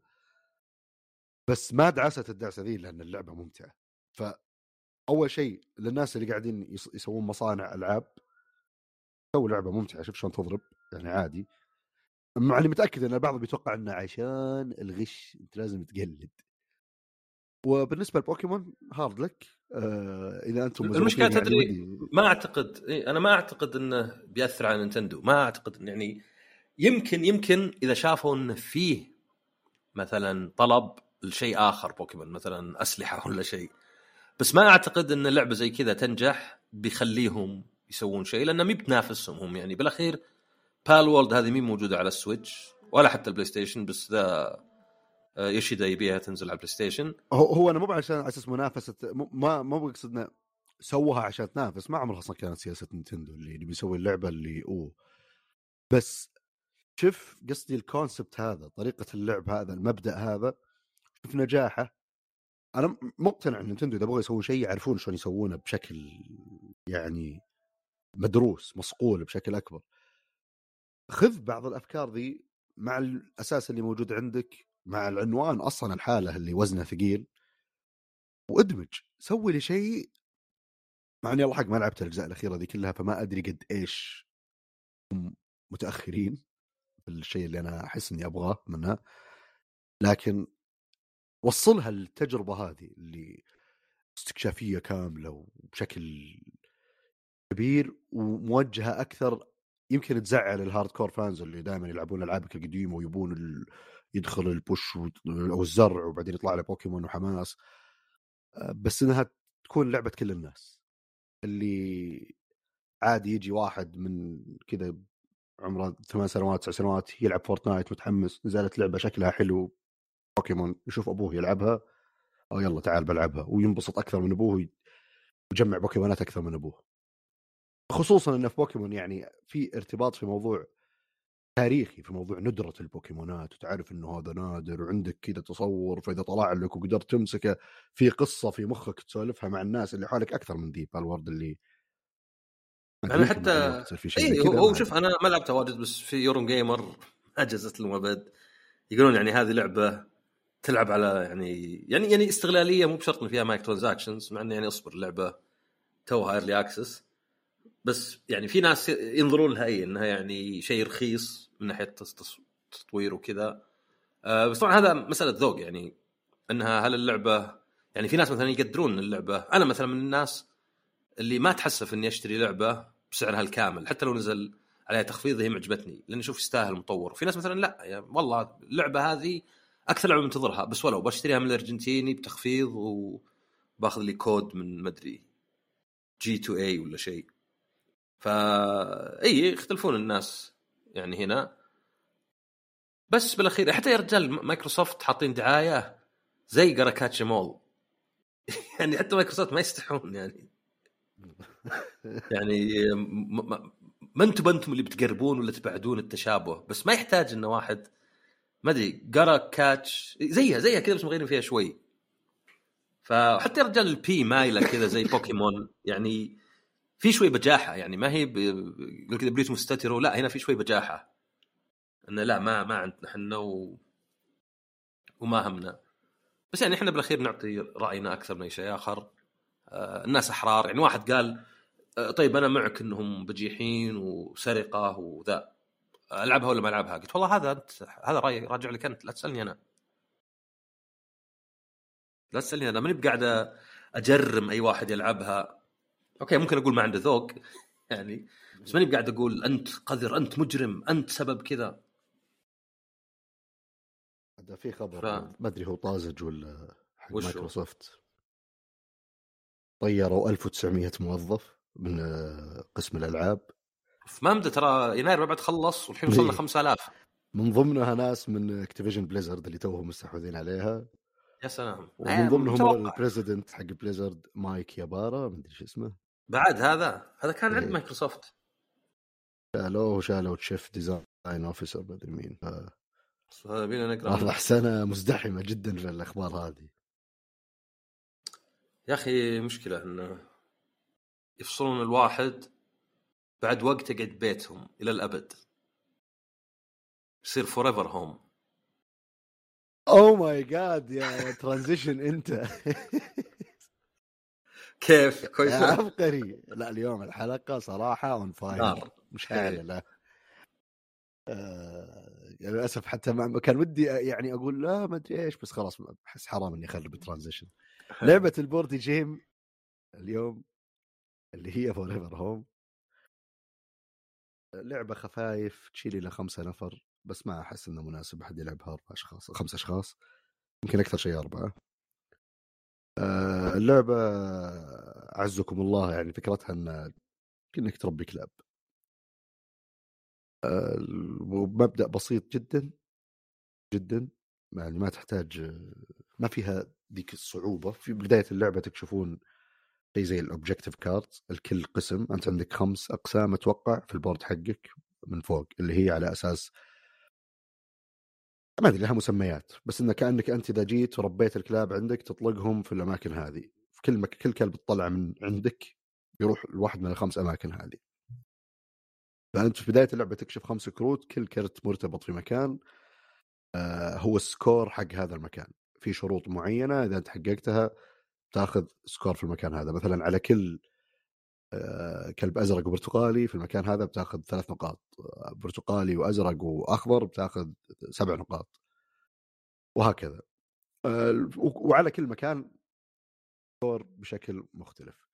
بس ما دعست الدعسة ذي لأن اللعبة ممتعة. فأول شيء للناس اللي قاعدين يسوون مصانع ألعاب، سووا لعبة ممتعة شوف شلون تضرب يعني عادي، مع اللي متأكد أن البعض بيتوقع أنه عشان الغش أنت لازم تقلد. وبالنسبة لبوكيمون هارد لك آه إذا أنتم المشكلة تدري يعني ما أعتقد إيه أنا ما أعتقد أنه بيأثر على نينتندو، ما أعتقد إن يعني يمكن يمكن إذا شافوا أنه فيه مثلا طلب لشيء آخر بوكيمون مثلا أسلحة ولا شيء، بس ما أعتقد أن اللعبة زي كذا تنجح بيخليهم يسوون شيء، لأنه مي بتنافسهم هم. يعني بالأخير بال وورلد هذه مي موجودة على السويتش ولا حتى البلاي ستيشن، بس ذا يوشيدا يبيها تنزل على البلاي ستيشن. هو, هو أنا مو عشان أساس منافسة، ما ما بقصدنا سووها عشان تنافس، ما عمرها أصلا كانت سياسة نينتندو اللي بيسوي اللعبة اللي أوه. بس شوف قصدي الكونسبت هذا، طريقة اللعب هذا، المبدأ هذا، شوف نجاحه. أنا مقتنع أن نينتندو إذا بغوا يسوون شيء يعرفون شلون يسوونه بشكل يعني مدروس مصقول بشكل أكبر. خذ بعض الأفكار ذي مع الأساس اللي موجود عندك، مع العنوان أصلا الحالة اللي وزنه ثقيل، وادمج سوي لي شيء. مع اني الله حق ما لعبت الاجزاء الاخيره ذي كلها، فما ادري قد ايش متاخرين في الشيء اللي انا احس اني ابغاه منها، لكن وصلها التجربه هذه اللي استكشافيه كامله وبشكل كبير وموجهه اكثر، يمكن تزعل الهارد كور فانز اللي دائما يلعبون العابك القديمه ويبون ال... يدخل البوش او الزرع وبعدين يطلع له بوكيمون وحماس، بس انها تكون لعبه كل الناس. اللي عادي يجي واحد من كذا عمره ثمان سنوات تسع سنوات يلعب فورتنايت متحمس، نزلت لعبة شكلها حلو بوكيمون، يشوف أبوه يلعبها او يلا تعال بلعبها، وينبسط اكثر من ابوه ويجمع بوكيمونات اكثر من ابوه. خصوصا ان في بوكيمون يعني في ارتباط في موضوع تاريخي، في موضوع ندرة البوكيمونات، وتعرف انه هذا نادر وعندك كذا تصور، فاذا طلع لك وقدرت تمسكه في قصة في مخك تسولفها مع الناس اللي حولك اكثر من ديب الورد اللي انا حتى تصير في شيء اي زي كذا. هو شوف انا ما لعبتها واجد، بس في يورون جيمر اجازت المبد يقولون يعني هذه لعبه تلعب على يعني يعني يعني استغلاليه، مو بشرط ان فيها مايك ترانزاكشنز، مع انه يعني اصبر اللعبه توها ايرلي اكسس، بس يعني في ناس ينظرون لها اي انها يعني شيء رخيص من ناحيه تطوير وكذا. أه بس طبعا هذا مساله ذوق، يعني انها هل اللعبه يعني في ناس مثلا يقدرون اللعبه. انا مثلا من الناس اللي ما تحسف اني اشتري لعبه بسعرها الكامل حتى لو نزل عليها تخفيض، هي معجبتني لاني اشوف يستاهل مطور. وفي ناس مثلا لا يعني والله اللعبه هذه اكثر لعبه منتظرها، بس ولو بشتريها من الارجنتيني بتخفيض وباخذ لي كود من مدري جي تو اي ولا شيء. فا اي يختلفون الناس يعني هنا. بس بالاخير حتى يا رجال مايكروسوفت حاطين دعايه زي جاراكاتشا مول يعني حتى مايكروسوفت ما يستحون يعني يعني ما انتم انتم اللي بتقربون ولا تبعدون التشابه، بس ما يحتاج انه واحد ما ادري جارا كاتش زيها زيها كذا بس مغيرين فيها شوي. فحتى يا رجال البي مايله كذا زي بوكيمون، يعني في شوي بجاحه، يعني ما هي يقول كذا بريت مستتر، لا هنا في شوي بجاحه انه لا ما ما عندنا احنا و... وما همنا. بس يعني احنا بالاخير نعطي راينا اكثر من اي شيء اخر. آه الناس احرار، يعني واحد قال آه طيب انا معك انهم بجيحين وسرقه وذا، العبها ولا ما العبها؟ قلت والله هذا انت هذا راي راجع لك انت، لا تسالني انا لا تسالني انا ماني بقاعد اجرم اي واحد يلعبها. اوكي ممكن اقول ما عنده ذوق يعني، بس ماني بقاعد اقول انت قذر انت مجرم انت سبب كذا. هذا في خبر ف... ما ادري هو طازج ولا حق وشو؟ مايكروسوفت، طيروا ألف وتسعمية موظف من قسم الالعاب. ما مدى ترى يناير ما بعد خلص والحين وصلنا خمسة آلاف، من ضمنها ناس من اكتيفيجن بليزرد اللي توهم مستحوذين عليها. يا سلام. ومن ضمنهم البريزيدنت حق بليزرد مايك يابارا ما ادري شو اسمه بعد. هذا هذا كان عند إيه. مايكروسوفت شالوه وشالوا تشيف ديزاين اوفيسر ما ادري مين. هذا بينا نقرا واضح سنه مزدحمه جدا في الاخبار هذه يا اخي. مشكله انه يفصلون الواحد بعد وقت يقعد بيتهم الى الابد، يصير فور ايفر هوم. اوه ماي جاد يا ترانزيشن انت كيف كويس يا عبقري. لا اليوم الحلقه صراحه اون فاير مش هاله. لا آه للاسف حتى ما كان ودي يعني اقول لا ما ادري ايش، بس خلاص احس حرام اني اخرب الترانزيشن. لعبه البورد جيم اليوم اللي هي فور ايفر هوم، لعبه خفايف تشيل الى خمسة نفر، بس ما احس انه مناسب احد يلعبها اربع اشخاص خمس اشخاص، يمكن اكثر شيء اربعه. آه اللعبه اعزكم الله يعني فكرتها ان كأنك تربي كلاب، آه ومبدأ بسيط جدا جدا، يعني ما تحتاج، ما فيها ذيك الصعوبة. في بداية اللعبة تكشفون شيء زي الأوبجكتيف كاردز، الكل قسم أنت عندك خمس أقسام أتوقع في البورد حقك من فوق، اللي هي على أساس ما أدري لها مسميات، بس إنه كأنك أنت إذا جيت وربيت الكلاب عندك تطلقهم في الأماكن هذه، في كل مك... كل كلب تطلع من عندك يروح الواحد من الخمس أماكن هذه. فأنت في بداية اللعبة تكشف خمس كروت، كل كرت مرتبط في مكان، آه هو السكور حق هذا المكان. في شروط معينة إذا أنت حققتها تاخذ سكور في المكان هذا. مثلا على كل آه كلب أزرق وبرتقالي في المكان هذا بتاخذ ثلاث نقاط، برتقالي وأزرق وأخضر بتاخذ سبع نقاط، وهكذا. آه وعلى كل مكان سكور بشكل مختلف.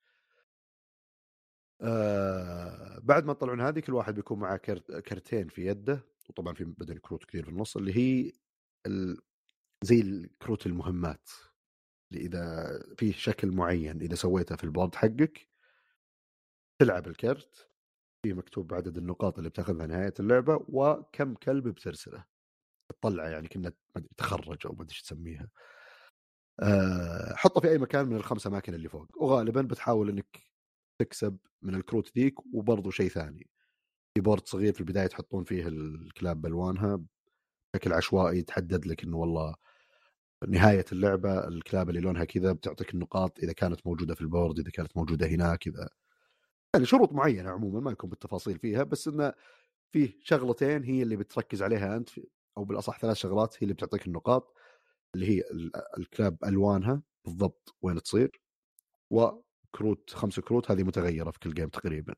آه بعد ما تطلعون هذه كل واحد بيكون معه كرت كرتين في يده، وطبعا في بدل كروت كثير في النص اللي هي ال... زي الكروت المهمات، اللي إذا فيه شكل معين إذا سويته في البورد حقك تلعب الكرت فيه مكتوب بعدد النقاط اللي بتاخذها نهاية اللعبة وكم كلب بترسله تطلعه، يعني كنا تخرج أو ما أدري إيش تسميها. أه حطه في اي مكان من الخمس اماكن اللي فوق، وغالبا بتحاول انك تكسب من الكروت ذيك. وبرضو شيء ثاني، في بورد صغير في البدايه تحطون فيه الكلاب بالوانها بشكل عشوائي، تحدد لك انه والله نهايه اللعبه الكلاب اللي لونها كذا بتعطيك النقاط اذا كانت موجوده في البورد، اذا كانت موجوده هناك، اذا يعني شروط معينه. عموما ما يكون بالتفاصيل فيها، بس انه فيه شغلتين هي اللي بتركز عليها انت، او بالاصح ثلاث شغلات هي اللي بتعطيك النقاط، اللي هي الكلاب الوانها بالضبط وين تصير، وكروت خمس كروت هذه متغيره في كل جيم تقريبا.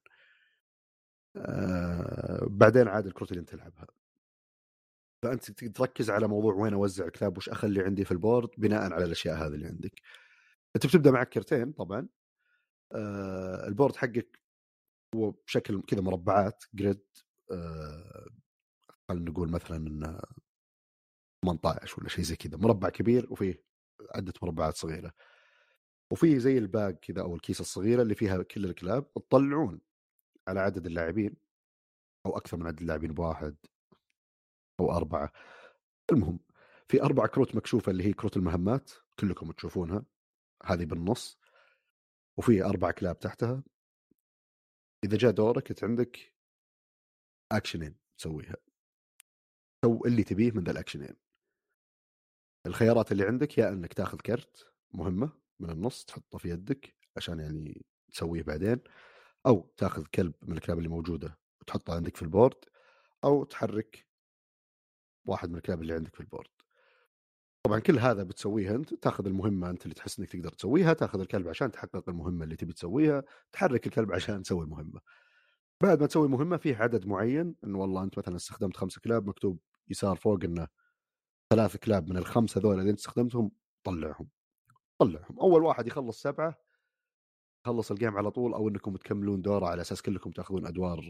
آه بعدين عاد الكروت اللي انت تلعبها، فانت تركز على موضوع وين اوزع الكلاب، وش اخلي عندي في البورد بناء على الاشياء هذه اللي عندك. انت بتبدا معك كرتين طبعا. آه البورد حقك هو بشكل كذا مربعات جريد، آه خلينا نقول مثلا انه ثمانية عشر ولا شيء زي كذا، مربع كبير وفيه عده مربعات صغيره، وفيه زي الباج كذا او الكيسه الصغيره اللي فيها كل الكلاب، تطلعون على عدد اللاعبين او اكثر من عدد اللاعبين بواحد او اربعه. المهم في اربع كروت مكشوفه اللي هي كروت المهمات كلكم تشوفونها، هذه بالنص، وفي اربع كلاب تحتها. اذا جاء دورك انت عندك اكشنين تسويها، سو اللي تبيه من ذا الاكشنين. الخيارات اللي عندك يا انك تاخذ كرت مهمه من النص تحطه في يدك عشان يعني تسويه بعدين، او تاخذ كلب من الكلاب اللي موجوده وتحطه عندك في البورد، او تحرك واحد من الكلاب اللي عندك في البورد. طبعا كل هذا بتسويه انت، تاخذ المهمه انت اللي تحس انك تقدر تسويها، تاخذ الكلب عشان تحقق المهمه اللي تبي تسويها، تحرك الكلب عشان تسوي المهمه. بعد ما تسوي مهمه فيه عدد معين، انه والله انت مثلا استخدمت خمس كلاب، مكتوب يسار فوق انه ثلاث كلاب من الخمسه ذول اللي انت استخدمتهم طلعهم. طلعهم اول واحد يخلص سبعه خلص الجيم على طول، او انكم تكملون دوره على اساس كلكم تاخذون ادوار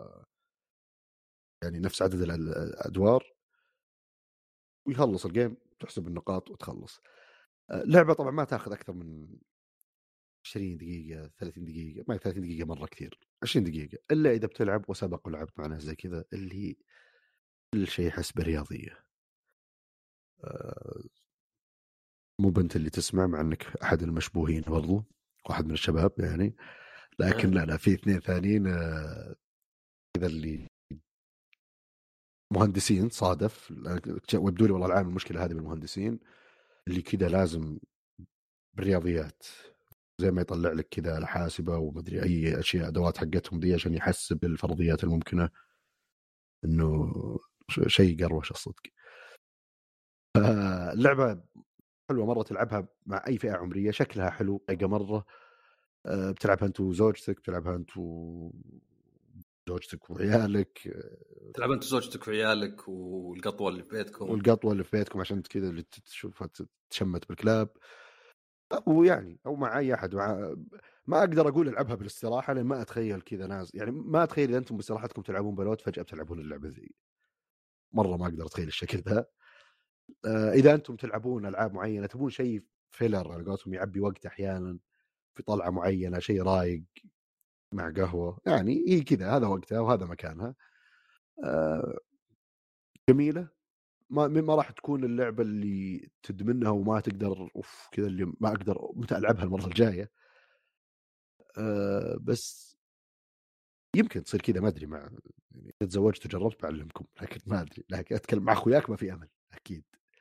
يعني نفس عدد الادوار، ويخلص الجيم تحسب النقاط وتخلص. اللعبه طبعا ما تاخذ اكثر من عشرين دقيقه ثلاثين دقيقه، ما ثلاثين دقيقه مره كثير، عشرين دقيقه الا اذا بتلعب وسبق ولعبت مع ناس زي كذا اللي كل شيء يحس برياضيه. مو بنت اللي تسمع، مع انك احد المشبوهين برضو، واحد من الشباب يعني، لكن لا لا في اثنين ثانيين كذا اللي مهندسين صادف، ويبدو لي والله العالم المشكله هذه بالمهندسين اللي كذا لازم بالرياضيات، زي ما يطلع لك كذا الحاسبه ومدري اي اشياء ادوات حقتهم دي عشان يحسب الفرضيات الممكنه، انه شيء قروش الصدق. اللعبه حلوه مره تلعبها مع اي فئه عمريه، شكلها حلو طيقه مره. بتلعبها انت وزوجتك، بتلعبها انت وزوجتك وعيالك، تلعب انت وزوجتك وعيالك والقطوه اللي في بيتكم والقطوه اللي في بيتكم عشان كذا اللي تشوفها تشمت بالكلاب، ويعني او مع اي احد. مع ما اقدر اقول العبها بالاستراحه لان ما اتخيل كذا ناس، يعني ما اتخيل اذا انتم باستراحتكم تلعبون بلوت فجاه بتلعبون اللعبه ذي، مره ما اقدر اتخيل الشكل ذا. آه اذا انتم تلعبون العاب معينه تبون شيء فيلر على قولتهم يعبي وقت احيانا في طلعه معينه، شيء رايق مع قهوه، يعني هي كذا هذا وقتها وهذا مكانها. آه جميله، ما ما راح تكون اللعبه اللي تدمنها وما تقدر اوف كذا اللي ما اقدر متى العبها المره الجايه. أه بس يمكن تصير كذا ما ادري، مع يعني تزوجت وجربت بعلمكم، لكن ما ادري، لكن اتكلم مع اخوياك ما في امل اكيد.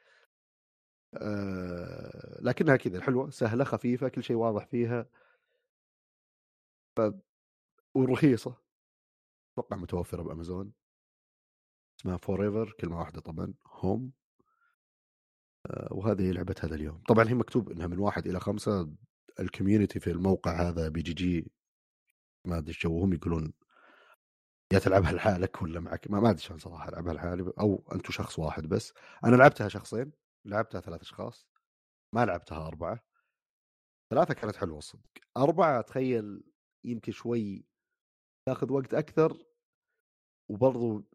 أه لكنها كذا حلوه سهله خفيفه كل شيء واضح فيها، ف... ورخيصه، اتوقع متوفره بامازون، اسمها فور ايفر كلمه واحده طبعا هوم. أه وهذه لعبه هذا اليوم. طبعا هي مكتوب انها من واحد الى خمسة. الكوميونتي في الموقع هذا بي جي جي ما ادري جوهم، يقولون يا تلعبها لحالك ولا معك، ما ما ادري شلون صراحه العبها لحالي او انتم شخص واحد بس. انا لعبتها شخصين، لعبتها ثلاث اشخاص، ما لعبتها اربعه. ثلاثه كانت حلوه الصدق، اربعه تخيل يمكن شوي تاخذ وقت اكثر، وبرضو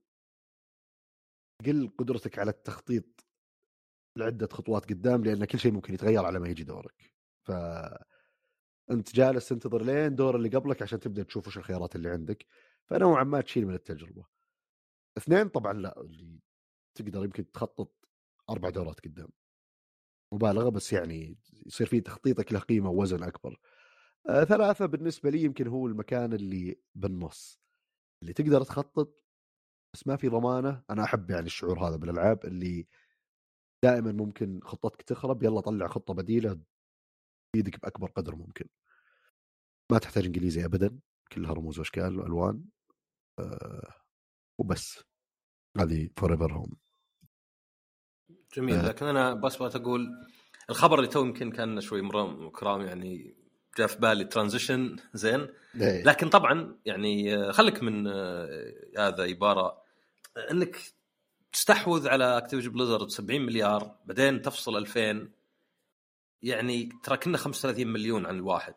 قل قدرتك على التخطيط لعده خطوات قدام لان كل شيء ممكن يتغير على ما يجي دورك، ف انت جالس تنتظر لين دور اللي قبلك عشان تبدا تشوف وش الخيارات اللي عندك، فنوعا ما تشيل من التجربه. اثنين طبعا لا، اللي تقدر يمكن تخطط اربع دورات قدام، مبالغه، بس يعني يصير فيه تخطيطك له قيمه ووزن اكبر. آه ثلاثه بالنسبه لي يمكن هو المكان اللي بالنص، اللي تقدر تخطط بس ما في ضمانه. انا احب يعني الشعور هذا بالالعاب، اللي دائما ممكن خطتك تخرب، يلا طلع خطه بديله تفيدك باكبر قدر ممكن. ما تحتاج انجليزي ابدا، كلها رموز واشكال والوان. أه وبس. هذه فور ايفر هوم. جميل. لكن انا بس بغيت اقول الخبر اللي تو يمكن كان شوي مرام كرام يعني جاء في بالي ترانزيشن زين، لكن طبعا يعني خليك من هذا عباره انك تستحوذ على اكتيفيجن بليزرد سبعين مليار بعدين تفصل ألفين، يعني ترى كنا خمسة وثلاثين مليون عن الواحد،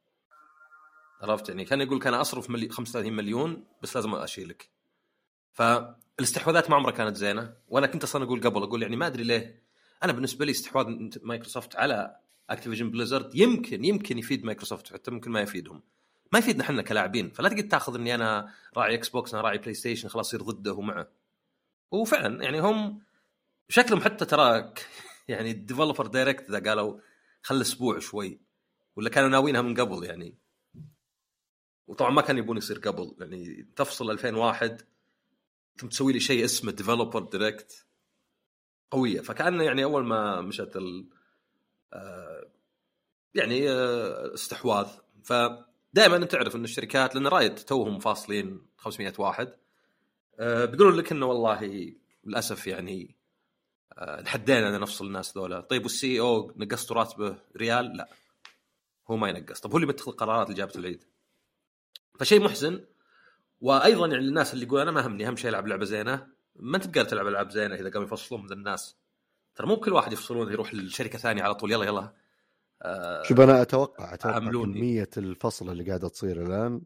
عرفت؟ يعني كان يقول كان اصرف ملي... خمسة وثلاثين مليون بس لازم اشيلك. فالاستحواذات ما عمرها كانت زينه، وانا كنت اصلا اقول قبل اقول يعني ما ادري ليه انا بالنسبه لي استحواذ مايكروسوفت على اكتيفيجن بليزرد يمكن يمكن يفيد مايكروسوفت، حتى ممكن ما يفيدهم، ما يفيدنا احنا كلاعبين. فلا تقدر تاخذ اني انا راعي اكس بوكس انا راعي بلاي ستيشن خلاص يصير ضده ومعه. وفعلا يعني هم شكلهم حتى تراك يعني الديفلوبر دايركت ذا قالوا خلي اسبوع شوي، ولا كانوا ناويينها من قبل يعني. وطبعا ما كان يبون يصير قبل، يعني تفصل ألفين وواحد ثم تسوي لي شيء اسمه ديفلوبر دايركت قويه. فكأنه يعني اول ما مشت ال آه يعني آه استحواذ. فدائما انت تعرف ان الشركات لان رايد توهم فاصلين خمسمية واحد آه بيقولون لك انه والله للاسف يعني آه نحدينا نفصل الناس ذولا. طيب والسي او نقصت راتبه ريال؟ لا هو ما ينقص. طب هو اللي بيتخذ القرارات اللي جابت العيد. فشيء محزن. وايضا يعني الناس اللي يقول انا ما همني اهم شيء العب لعبه زينه، ما انت بقدر تلعب العاب زينه اذا قاموا يفصلون من الناس. ترى مو كل واحد يفصلون يروح للشركه ثانيه على طول يلا يلا. آه شوف انا اتوقع اتوقع عملوني. كميه الفصل اللي قاعده تصير الان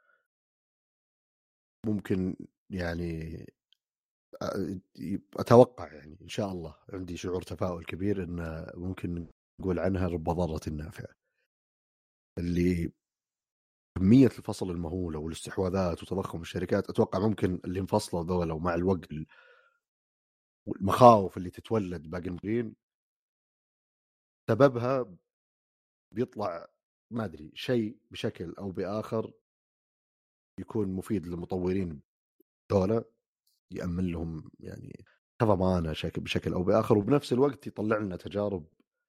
ممكن يعني اتوقع يعني ان شاء الله عندي شعور تفاؤل كبير ان ممكن نقول عنها رب ضارة نافعة. اللي كمية الفصل المهولة والاستحواذات وتضخم الشركات، اتوقع ممكن اللي انفصلوا ذولا ومع الوقت والمخاوف اللي تتولد باقي المديرين سببها بيطلع ما ادري شيء بشكل او باخر يكون مفيد للمطورين ذولا، يأمن لهم يعني كضمانة شكل بشكل او باخر، وبنفس الوقت يطلع لنا تجارب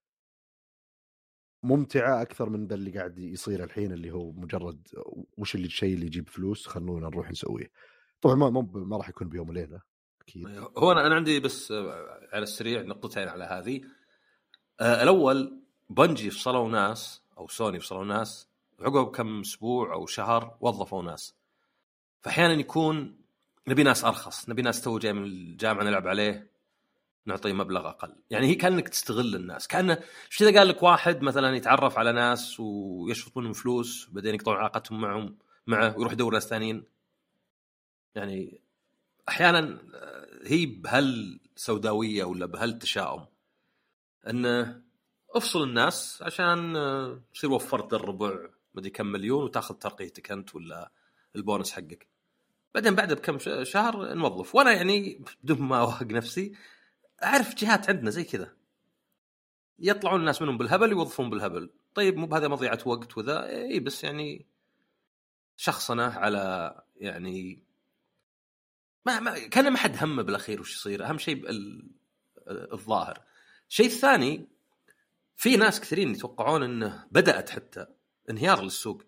ممتعة أكثر من ذا اللي قاعد يصير الحين، اللي هو مجرد وش اللي الشيء اللي يجيب فلوس خلونا نروح نسويه. طبعا ما ما راح يكون بيوم وليلة أكيد. هو أنا أنا عندي بس على السريع نقطتين على هذه. الأول بنجي فصلوا ناس أو سوني فصلوا ناس عقب كم أسبوع أو شهر وظفوا ناس. فأحيانا يكون نبي ناس أرخص، نبي ناس تو جاي من الجامعة نلعب عليه نعطيه مبلغ أقل. يعني هي كأنك تستغل الناس، كأنه شو إذا قال لك واحد مثلا يتعرف على ناس ويشفط منهم فلوس بعدين يقطعون علاقتهم معهم معه ويروح يدور ناس ثانيين. يعني أحيانا هي بهال سوداوية ولا بهال تشاؤم أنه أفصل الناس عشان تصير وفرت الربع مدري كم مليون وتأخذ ترقيتك أنت ولا البونس حقك، بعدين بعد بكم شهر نوظف. وأنا يعني بدون ما أوهق نفسي أعرف جهات عندنا زي كذا يطلعون الناس منهم بالهبل يوظفون بالهبل. طيب مو بهذا مضيعة وقت وذا إيه، بس يعني شخصنا على يعني ما, ما كان ما حد همه بالأخير وش يصير. أهم شيء الظاهر. شيء الثاني في ناس كثيرين يتوقعون أنه بدأت حتى انهيار للسوق.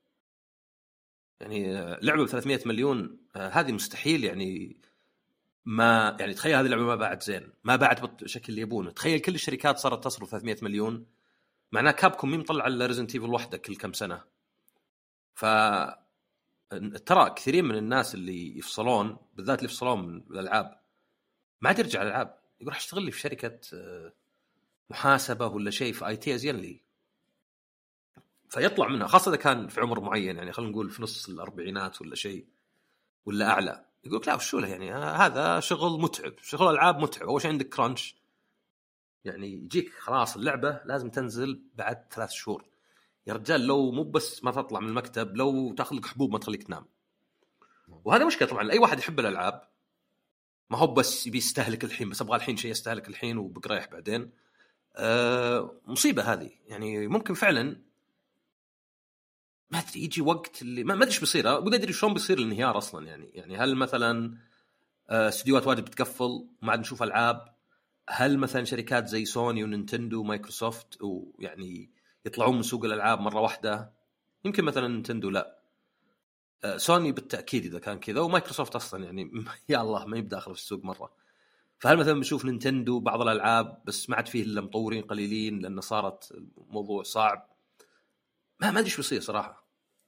يعني لعبة بثلاثمية مليون هذه مستحيل يعني ما يعني تخيل هذه اللعبة ما باعت زين ما باعت بالشكل اللي يبونه. تخيل كل الشركات صارت تصرف ثلاثمية مليون، معناه كابكم مين مطلع على ريزنت ايفل وحده كل كم سنة. ف ترى كثيرين من الناس اللي يفصلون بالذات اللي يفصلون من الألعاب ما عاد يرجع الألعاب، يقول راح اشتغل لي في شركة محاسبة ولا شيء في اي تي ازين لي. فيطلع منها خاصة إذا كان في عمر معين، يعني خلينا نقول في نص الأربعينات ولا شيء ولا أعلى، يقول لا وشو له يعني هذا شغل متعب، شغل ألعاب متعب. أول شيء عندك كرانش، يعني يجيك خلاص اللعبة لازم تنزل بعد ثلاث شهور يا رجال، لو مو بس ما تطلع من المكتب لو تاخذ لك حبوب ما تخليك تنام. وهذا مشكلة طبعا أي واحد يحب الألعاب، ما هو بس يبي يستهلك الحين بس أبغى الحين شيء يستهلك الحين وبقريح بعدين. أه مصيبه هذه يعني. ممكن فعلا ما ادري يجي وقت اللي ما ادري ايش بيصير، ابغى ادري شلون بيصير الانهيار اصلا يعني. يعني هل مثلا استديوهات واجد بتقفل وما عاد نشوف العاب؟ هل مثلا شركات زي سوني ونينتندو ومايكروسوفت ويعني يطلعون من سوق الالعاب مره واحده؟ يمكن مثلا نينتندو لا، سوني بالتاكيد اذا كان كذا، ومايكروسوفت اصلا يعني يا الله ما يبدا داخل في السوق مره. فهل مثلا بنشوف نينتندو بعض الالعاب بس ما عاد فيه الا مطورين قليلين لان صارت الموضوع صعب؟ ما ما ادري ايش بيصير صراحه.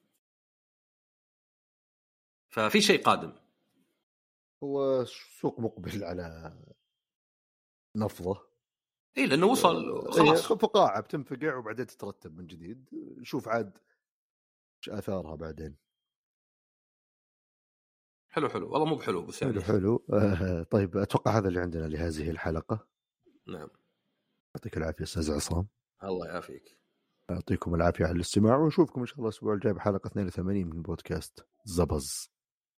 ففي شيء قادم. هو سوق مقبل على نفضه. اي لانه وصل خلاص. إيه فقاعه بتنفقع وبعدين تترتب من جديد، نشوف عاد ايش اثارها بعدين. حلو حلو والله، مو بحلو بس يعني حلو حلو. آه طيب اتوقع هذا اللي عندنا لهذه الحلقه. نعم. يعطيك العافيه استاذ عصام. الله يعافيك. يعطيكم العافيه على الاستماع، ونشوفكم ان شاء الله الاسبوع الجاي بحلقه اثنين وثمانين من بودكاست زبز.